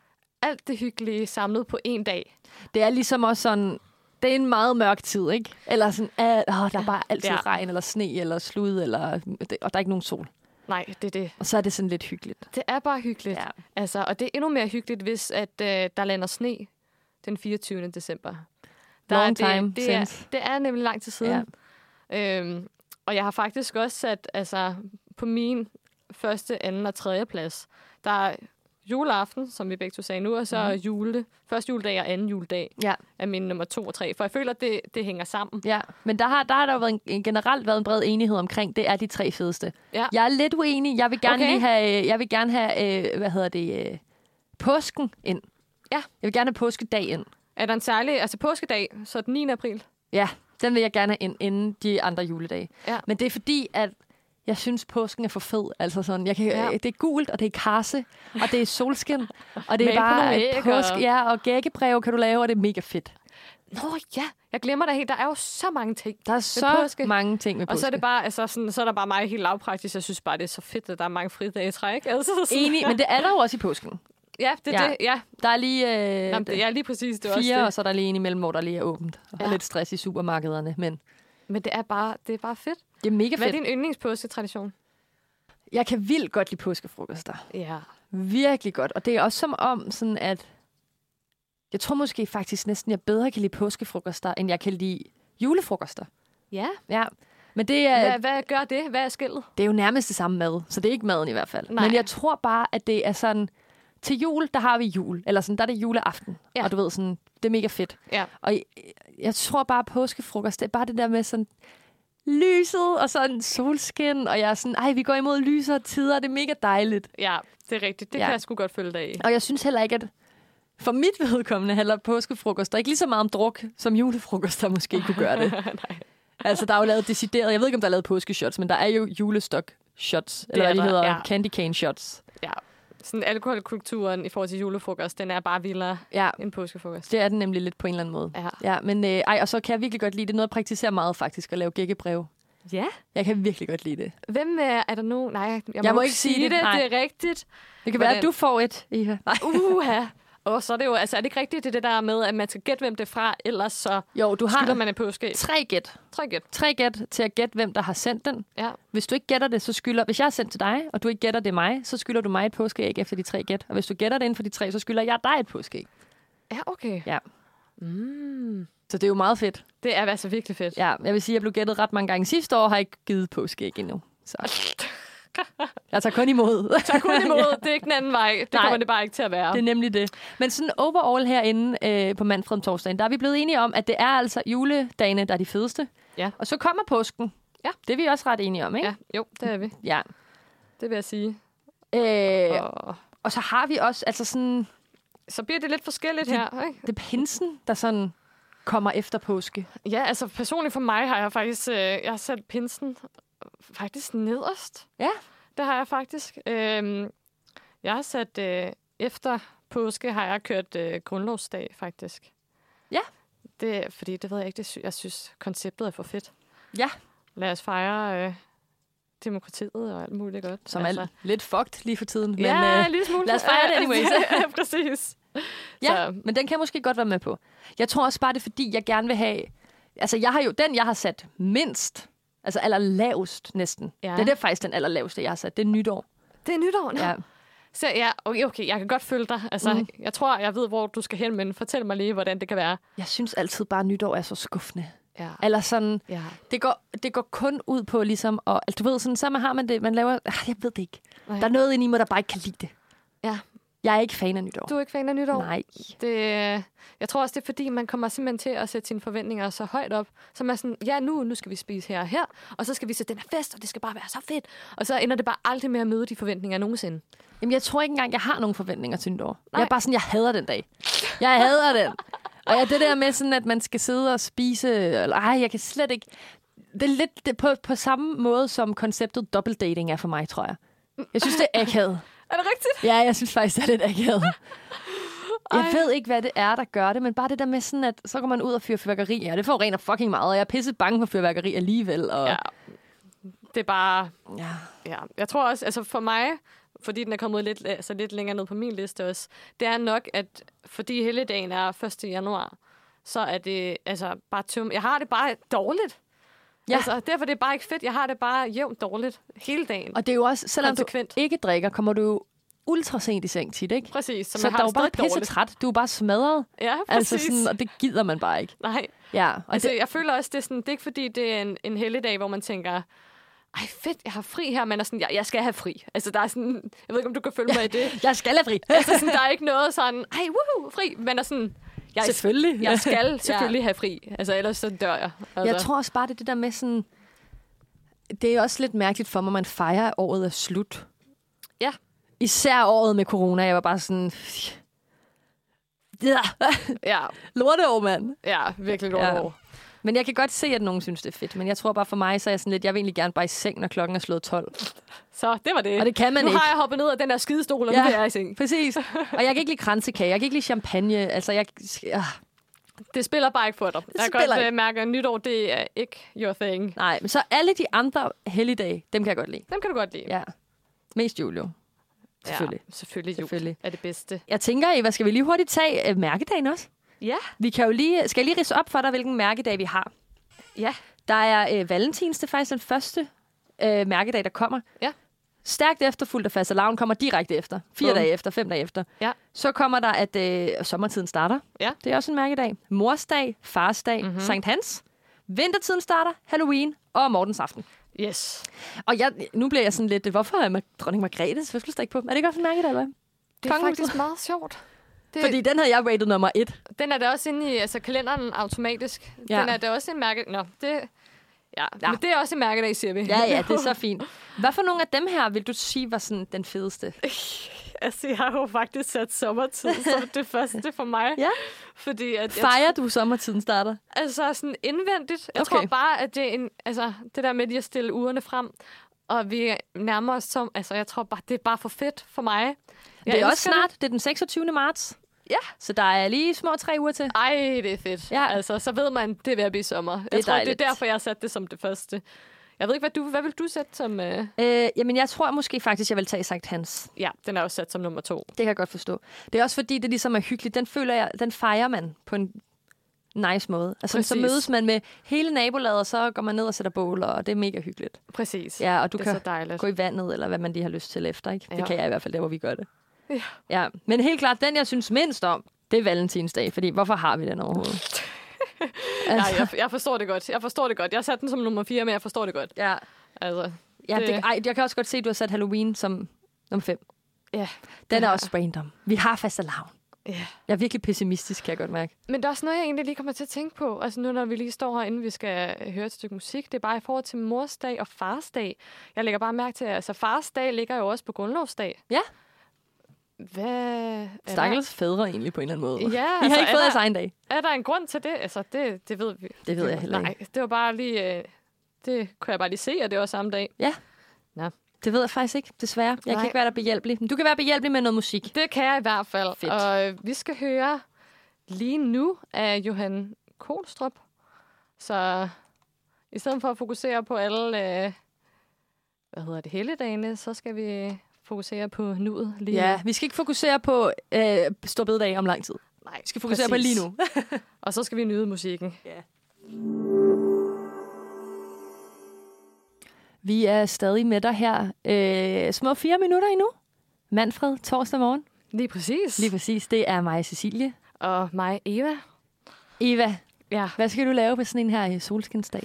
alt det hyggelige samlet på en dag. Det er ligesom også sådan, det er en meget mørk tid, ikke? Eller sådan, at åh, der er bare altid Ja. regn, eller sne, eller slud, eller, og der er ikke nogen sol. Nej, det er det. Og så er det sådan lidt hyggeligt. Det er bare hyggeligt. Ja. Altså, og det er endnu mere hyggeligt, hvis at, øh, der lander sne den fireogtyvende december. Long er time det, det, er, since. det er nemlig lang tid siden. Ja. Øhm, og jeg har faktisk også sat, altså på min første, anden og tredje plads, der er juleaften, som vi begge to sagde nu, og så Mhm. mm. jule, første juledag og anden juledag Ja. er min nummer to og tre. For jeg føler, at det, det hænger sammen. Ja, men der har der, har der jo været en, en generelt været en bred enighed omkring, det er de tre fedeste. Ja. Jeg er lidt uenig. Jeg vil gerne Okay. lige have, jeg vil gerne have, øh, hvad hedder det, øh, påsken ind. Ja. Jeg vil gerne have påskedag ind. Er der en særlig, altså påskedag, så den niende april? Ja, den vil jeg gerne have ind, inden de andre juledage. Ja. Men det er fordi, at jeg synes, påsken er for fed. Altså sådan, jeg kan, Ja. ja. Det er gult, og det er karse, og det er solskin, og det er Mal på bare nogle æg, påske. og- Ja, og gækkebreve kan du lave, og det er mega fedt. Nå ja, jeg glemmer da helt. Der er jo så mange ting. Der er så påske. mange ting med påske. Og så er det bare, altså sådan, så er der bare mig helt lavpraktisk. Jeg synes bare, det er så fedt, at der er mange fridage i træk. Altså, sådan. Enig, men det er der jo også i påsken. Ja, det er Ja. det. Ja. Der er lige øh, Jamen, det er lige præcis det er fire, også og det. så er der lige en imellem, hvor der lige er åbent. Og Ja. lidt stress i supermarkederne, men Men det er bare, det er bare fedt. Det er mega Hvad er fedt. din yndlingspåsketradition? Jeg kan vildt godt lide påskefrokoster. Ja. Virkelig godt. Og det er også som om, sådan at... Jeg tror måske faktisk næsten, jeg bedre kan lide påskefrokoster, end jeg kan lide julefrokoster. Ja? Ja. Men det er, Hvad, hvad gør det? Hvad er skillet? det er jo nærmest det samme mad, så det er ikke maden i hvert fald. Nej. Men jeg tror bare, at det er sådan... Til jul, der har vi jul. Eller sådan, der er det juleaften. Ja. Og du ved, sådan, det er mega fedt. Ja. Og jeg, jeg tror bare, påskefrokost, det er bare det der med sådan... lyset og sådan solskin, og jeg er sådan, ej, vi går imod lysere tider, det er mega dejligt. Ja, det er rigtigt. Det Ja. kan jeg sgu godt følge dig i. Og jeg synes heller ikke, at for mit vedkommende handler påskefrokoster ikke lige så meget om druk, som julefrokoster måske kunne gøre det. Nej. Altså, der er jo lavet decideret, jeg ved ikke, om der er lavet påskeshots, men der er jo julestok shots, eller hvad er de der, hedder, ja. candy cane shots. Ja. Sådan alkoholkulturen i forhold til julefrokost, den er bare vildere Ja, end påskefrokost. det er den nemlig lidt på en eller anden måde. Ja. Ja, men øh, ej, og så kan jeg virkelig godt lide det. Noget, jeg praktiserer meget faktisk, at lave gækkebreve. Ja? Jeg kan virkelig godt lide det. Hvem er, er der nogen? Nej, jeg må, Jeg må ikke ikke sige sige det. det. Nej. Det er rigtigt. Det kan Hvordan? være, at du får et, Eva. Nej. Uha. Og så er det jo, altså er det ikke rigtigt, det, det der med, at man skal gætte, hvem det er fra, ellers så Jo, du skylder har man en påske. tre gæt. Tre gæt. Tre gæt til at gætte, hvem der har sendt den. Ja. Hvis du ikke gætter det, så skylder... Hvis jeg har sendt til dig, og du ikke gætter det mig, så skylder du mig et påskeæg efter de tre gæt. Og hvis du gætter det inden for de tre, så skylder jeg dig et påskeæg. Ja, okay. Ja. Mm. Så det er jo meget fedt. Det er altså virkelig fedt. Ja, jeg vil sige, at jeg blev gættet ret mange gange sidste år, og har ikke givet påskeæg endnu. Så jeg tager kun imod. Tak kun imod. Ja. Det er ikke den anden vej. Det Nej. kommer det bare ikke til at være. Det er nemlig det. Men sådan overall herinde øh, på Manfred om torsdagen, der er vi blevet enige om, at det er altså juledagene, der er de fedeste. Ja. Og så kommer påsken. Ja. Det er vi også ret enige om, ikke? Ja, jo, det er vi. Ja. Det vil jeg sige. Øh, Og og så har vi også, altså sådan, så bliver det lidt forskelligt Det- her, ikke? det er pinsen, der sådan kommer efter påske. Ja, altså personligt for mig har jeg faktisk øh, jeg har sat pinsen faktisk nederst. Ja. Det har jeg faktisk. Øhm, jeg har sat øh, efter påske har jeg kørt øh, grundlovsdag faktisk. Ja. Det fordi det ved jeg ikke, det sy- jeg synes konceptet er for fedt. Ja. Lad os fejre øh, demokratiet og alt muligt godt. Som er lidt fucked lige for tiden. Men, ja, øh, en lille smule. lad os fejre det anyways. Ja, præcis. ja, Så, men den kan jeg måske godt være med på. Jeg tror også bare, det er fordi, jeg gerne vil have... Altså, jeg har jo den, jeg har sat mindst. Altså allerlavest næsten. Ja. Ja. Det er det faktisk den allerlaveste, jeg har sat. Det er nytår. det er nytår, nå. Ja. Så ja, okay, okay, jeg kan godt følge dig. Altså, Mhm. mm. jeg tror, jeg ved, hvor du skal hen, men fortæl mig lige, hvordan det kan være. Jeg synes altid bare, at nytår er så skuffende. Ja. Eller sådan... Ja. Det går, det går kun ud på ligesom... Og, altså, du ved, sådan, så har man det... Man laver... Ah, jeg ved det ikke. Nej. Der er noget inde i mig, der bare ikke kan lide det. Ja. Jeg er ikke fan af nytår. Du er ikke fan af nytår? Nej. Det, jeg tror også, det er fordi, man kommer simpelthen til at sætte sine forventninger så højt op. Så man er sådan, ja, nu, nu skal vi spise her og her, og så skal vi sætte den her fest, og det skal bare være så fedt. Og så ender det bare aldrig med at møde de forventninger nogensinde. Jamen, jeg tror ikke engang, jeg har nogen forventninger til nytår. Nej. Jeg er bare sådan, jeg hader den dag. Jeg hader den. Og ja, det der med sådan, at man skal sidde og spise... Eller, ej, jeg kan slet ikke... Det er lidt det, på, på samme måde, som konceptet dobbeltdating er for mig, tror jeg. Jeg synes, det er akavet. Er det rigtigt? Ja, jeg synes faktisk, det er lidt akavet. Jeg ved ikke, hvad det er, der gør det, men bare det der med sådan, at så går man ud og fyrer fyrværkeri, og det forurener fucking meget, og jeg er pisse bange for fyrværkeri alligevel. Og... Ja. Det er bare... Ja. Ja, jeg tror også, altså for mig, fordi den er kommet lidt, altså lidt længere ned på min liste også, det er nok, at fordi helligdagen er første januar, så er det altså bare tøm. Jeg har det bare dårligt. Ja. Altså, derfor det er bare ikke fedt. Jeg har det bare jævnt dårligt hele dagen. Og det er jo også, selvom du Konsekvent. ikke drikker, kommer du jo ultra sent i seng tit, ikke? Præcis. Så, Så, man så har der er det jo bare stadig pisse dårligt. træt. Du er bare smadret. Ja, præcis. Altså sådan, og det gider man bare ikke. Nej. Ja, og Altså, det, jeg føler også, det er, sådan, det er ikke fordi, det er en, en helligdag, hvor man tænker, ej fedt, jeg har fri her, men er sådan, jeg, jeg skal have fri. Altså, der er sådan, jeg ved ikke, om du kan følge mig i det. jeg skal have fri. Altså, sådan, der er ikke noget sådan, ej, woohoo, fri, men er sådan, jeg, Selvfølgelig. jeg skal selvfølgelig have fri. Altså, ellers så dør jeg. Altså. Jeg tror også bare, det er det der med sådan... Det er også lidt mærkeligt for mig, at man fejrer, at året er slut. Ja. Især året med corona. Jeg var bare sådan... Ja, Ja, lorteår, mand. ja, virkelig Ja. godt år. Men jeg kan godt se, at nogen synes, det er fedt. Men jeg tror bare for mig, så er jeg sådan lidt... Jeg vil egentlig gerne bare i seng, når klokken er slået tolv. Så det var det. Og det kan man nu ikke. har jeg hoppet ned af den der skidestol, og Ja. nu er jeg i seng. Præcis. Og jeg kan ikke lide kransekage. Jeg kan ikke lide champagne. Altså, jeg... Ja. Det spiller bare ikke for dig. Jeg kan spiller godt ikke. uh, mærke, at nytår, det er ikke your thing. Nej, men så alle de andre helligdage, dem kan jeg godt lide. Dem kan du godt lide. Ja. Mest jul, jo. Selvfølgelig. Ja, selvfølgelig. Jul Selvfølgelig. er det bedste. Jeg tænker, Eva, skal vi lige hurtigt tage uh, mærkedagen også? Ja. Vi kan jo lige... Skal jeg lige ridse op for dig, hvilken mærkedag vi har? Ja. Der er øh, valentins, det er faktisk den første øh, mærkedag, der kommer. Ja. Stærkt efterfulgt af fastelavn kommer direkte efter. Fire Bum. dage efter, fem dage efter. Ja. Så kommer der, at øh, sommertiden starter. Ja. Det er også en mærkedag. Morsdag, farsdag, Mhm. mm-hmm. Sankt Hans. Vintertiden starter, Halloween og Mortensaften. Yes. Og jeg, nu bliver jeg sådan lidt, hvorfor er Mar- dronning Margrethes fødselsdag ikke på? Er det ikke også en mærkedag, eller hvad? Det er Kongehuset. faktisk meget sjovt. Det, Fordi den havde jeg rated nummer et. Den er da også inde i altså, kalenderen automatisk. Ja. Den er da også en mærke... Nå, det... Ja, Ja. ja. Men det er også en mærkedag, siger vi. Ja, ja, det er så fint. Hvad for nogle af dem her vil du sige var sådan den fedeste? Altså, jeg har jo faktisk sat sommertid som det første for mig. Ja. Fordi at jeg Fejrer du sommertiden starter? Altså sådan indvendigt. Jeg Okay. tror bare, at det er en, altså, det der med lige at stille ugerne frem, og vi nærmer os som... Altså, jeg tror bare, det er bare for fedt for mig. Jeg Det er også elsker snart. Det. det er den seksogtyvende marts. Ja. Så der er lige små tre uger til. Ej, det er fedt. Ja. Altså, så ved man, det er ved at blive sommer. er Jeg tror, dejligt. det er derfor, jeg har sat det som det første. Jeg ved ikke, hvad, du, hvad vil du sætte som... Øh... Øh, jamen, jeg tror måske faktisk, jeg vil tage Sankt Hans. Ja, den er også sat som nummer to. Det kan jeg godt forstå. Det er også fordi, det ligesom er hyggeligt. Den føler jeg, den fejrer man på en nice måde. Altså, Præcis. så mødes man med hele nabolaget, og så går man ned og sætter bål, og det er mega hyggeligt. Præcis. Ja, og du det er kan så dejligt. gå i vandet, eller hvad man lige har lyst til efter, ikke? Det Ja. kan jeg i hvert fald, der hvor vi gør det. Ja. Ja. Men helt klart, den jeg synes mindst om, det er valentinsdag, fordi hvorfor har vi den overhovedet? Nej, jeg, jeg forstår det godt. Jeg forstår det godt. Jeg satte den som nummer fire, men jeg forstår det godt. Ja. Altså, Ja, Det- det, ej, jeg kan også godt se, at du har sat Halloween som nummer fem. ja. Den er Ja. også random. Vi har fastelavn. Ja. Jeg er virkelig pessimistisk, kan jeg godt mærke. Men der er også noget, jeg egentlig lige kommer til at tænke på. Altså nu, når vi lige står her, inden vi skal høre et stykke musik. Det er bare i forhold til morsdag og farsdag. Jeg lægger bare mærke til, at altså, farsdag ligger jo også på grundlovsdag. Ja. Hvad... er der- Stakkels fædre egentlig på en eller anden måde. Ja, Vi har altså, ikke er fået der- jeres egen dag. Er der en grund til det? Altså, det, det ved vi. Det ved jeg heller Nej, det var bare lige... Øh, det kunne jeg bare lige se, at det var samme dag. Det ved jeg faktisk ikke, desværre. Jeg Nej. kan ikke være der behjælpelig. Men du kan være behjælpelig med noget musik. Det kan jeg i hvert fald. Fedt. Og øh, vi skal høre lige nu af Johan Kohlstrup. Så i stedet for at fokusere på alle, øh, hvad hedder det, helligdagene, så skal vi fokusere på nuet lige Ja, nu. vi skal ikke fokusere på øh, stor bededag om lang tid. Nej, Vi skal fokusere præcis. på lige nu. Og så skal vi nyde musikken. Ja. Vi er stadig med dig her. Øh, små fire minutter endnu. Manfred, torsdag morgen. Lige præcis. Lige præcis, det er mig, Cecilie. Og mig, Eva. Eva, Ja, hvad skal du lave på sådan en her solskinsdag?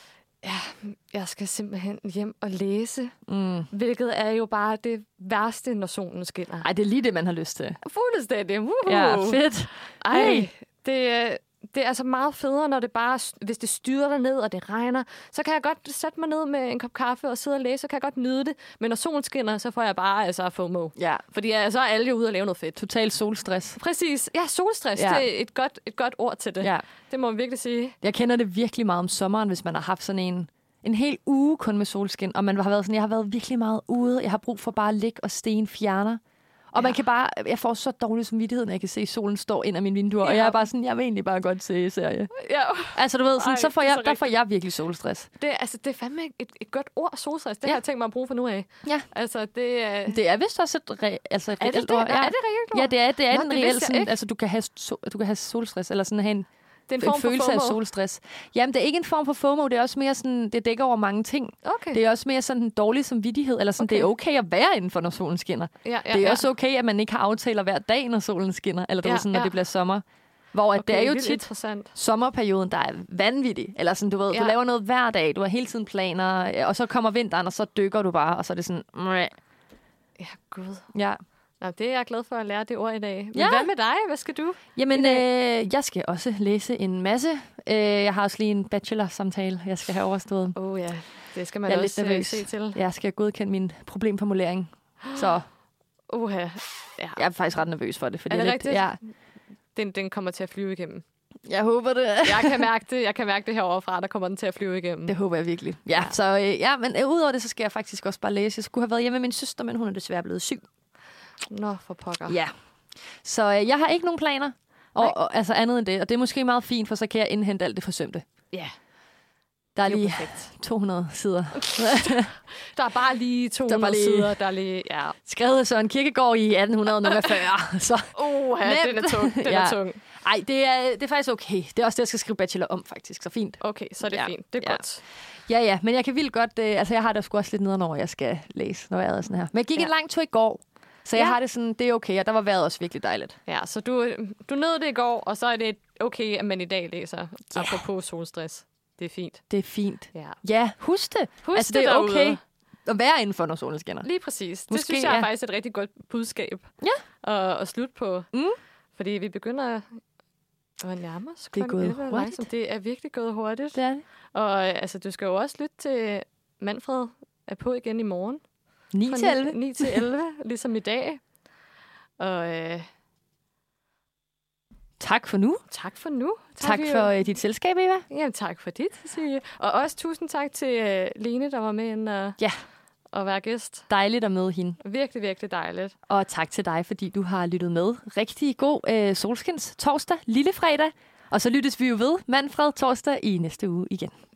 jeg skal simpelthen hjem og læse, Mm. hvilket er jo bare det værste, når solen skinner. Ej, det er lige det, man har lyst til. Fuldstændig. Woohoo. Ja, fedt. Ej, Hey. det, er- det er altså meget federe, når det bare, hvis det styrer der ned, og det regner, så kan jeg godt sætte mig ned med en kop kaffe og sidde og læse, så kan jeg godt nyde det. Men når solen skinner, så får jeg bare altså FOMO. Ja, Fordi jeg, så er alle jo ude og lave noget fedt. total solstress. Præcis. Ja, solstress, Ja. ja. det er et godt, et godt ord til det. Ja. Det må man virkelig sige. Jeg kender det virkelig meget om sommeren, hvis man har haft sådan en, en hel uge kun med solskin, og man har været sådan, jeg har været virkelig meget ude, jeg har brug for bare at ligge og sten fjerner. Og ja. man kan bare, jeg får så dårlig samvittighed, når jeg kan se, at solen står ind af mine vinduer, ja. og jeg er bare sådan, jeg vil egentlig bare godt se serie. Ja, Altså du ved, sådan, Ej, så får det er jeg, så der får rigtigt. jeg virkelig solstress. det, er- altså, det er fandme et, et godt ord, solstress. Det Ja. har jeg tænkt mig at bruge for nu af. Ja. Altså, det er... Det er vist også et, re, altså et Er det reelt det? ord. Er det reelt ord? Ja, det er, det er Nå, en det reel vidste jeg sådan, ikke. altså du kan have, so, du kan have solstress, eller sådan have en, Det er en en form for følelse af FOMO. solstress. Jamen, det er ikke en form for FOMO, det er også mere sådan, det dækker over mange ting. Okay. Det er også mere sådan en dårlig samvittighed, eller sådan, okay. det er okay at være indenfor, når solen skinner. ja, ja, Det er ja. også okay, at man ikke har aftaler hver dag, når solen skinner, eller du Ja, ved, sådan, når ja. det bliver sommer. Hvor at Okay, det er jo vildt tit interessant. sommerperioden, der er vanvittig. Eller sådan, du ved, ja. du Ja. laver noget hver dag, du har hele tiden planer, og så kommer vinteren, og så dykker du bare, og så er det sådan, meh. Ja, gud. Ja. Nå, det er jeg glad for at lære det ord i dag. Men Ja. hvad med dig? Hvad skal du? Jamen, øh, jeg skal også læse en masse. Øh, jeg har også lige en bachelor-samtale, jeg skal have overstået. Åh oh, ja, det skal man Jeg er lidt også øh, nervøs. se til. Jeg skal godkende min problemformulering. Så Uha. Ja. jeg er faktisk ret nervøs for det. Fordi Er det jeg lidt, rigtigt? ja, Den, den kommer til at flyve igennem. jeg håber det. Jeg kan mærke det. Jeg kan mærke det herovre fra, der kommer den til at flyve igennem. Det håber jeg virkelig. Ja, så øh, ja, men øh, udover det, så skal jeg faktisk også bare læse. Jeg skulle have været hjemme med min søster, men hun er desværre blevet syg. Nå, for pokker. Ja. Så øh, jeg har ikke nogen planer. Og, Nej. og, altså andet end det. Og det er måske meget fint, for så kan jeg indhente alt det forsømte. Ja, Der er det er jo lige perfekt. to hundrede sider. Der er bare lige to hundrede Der er bare lige- sider, der er lige... Ja. Skrevet af Søren Kierkegaard i atten fyrre. Så Uha, Nemt. den er tung. Den Ja. er tung. Ej, det er, det er faktisk okay. Det er også det, jeg skal skrive bachelor om, faktisk. Så fint. Okay, så er det Ja. fint. Det er Ja. godt. Ja, ja, men jeg kan vildt godt... Øh, altså, jeg har det sgu også lidt nedenover, jeg skal læse, når jeg er sådan her. Men jeg gik Ja. en lang tur i går, så jeg Ja. har det sådan, det er okay, og der var vejret også virkelig dejligt. Ja, så du, du nød det i går, og så er det okay, at man i dag læser. Ja. Apropos solstress. Det er fint. Det er fint. Ja. Ja, husk det. Husk altså, det er derude. okay at være indenfor, når solen skinner. Lige præcis. Det Måske, synes jeg er ja. faktisk et rigtig godt budskab Ja. at, at slutte på. Mm. Fordi vi begynder at nærme os. Det er klokken gået elleve hurtigt. langsomt. Det er virkelig gået hurtigt. Det er det. Og øh, altså, du skal jo også lytte til Manfred er på igen i morgen. ni Fra til elleve. ni til elleve, ligesom i dag. Og øh, Tak for nu. tak for nu. Tak vi- for øh, dit selskab, Eva. Jamen, tak for dit, Cecilie. Og også tusind tak til øh, Lene, der var med ind og, Ja. og være gæst. Dejligt at møde hende. Virkelig, virkelig dejligt. Og tak til dig, fordi du har lyttet med. Rigtig god øh, solskins torsdag, lille fredag. Og så lyttes vi jo ved Manfred torsdag i næste uge igen.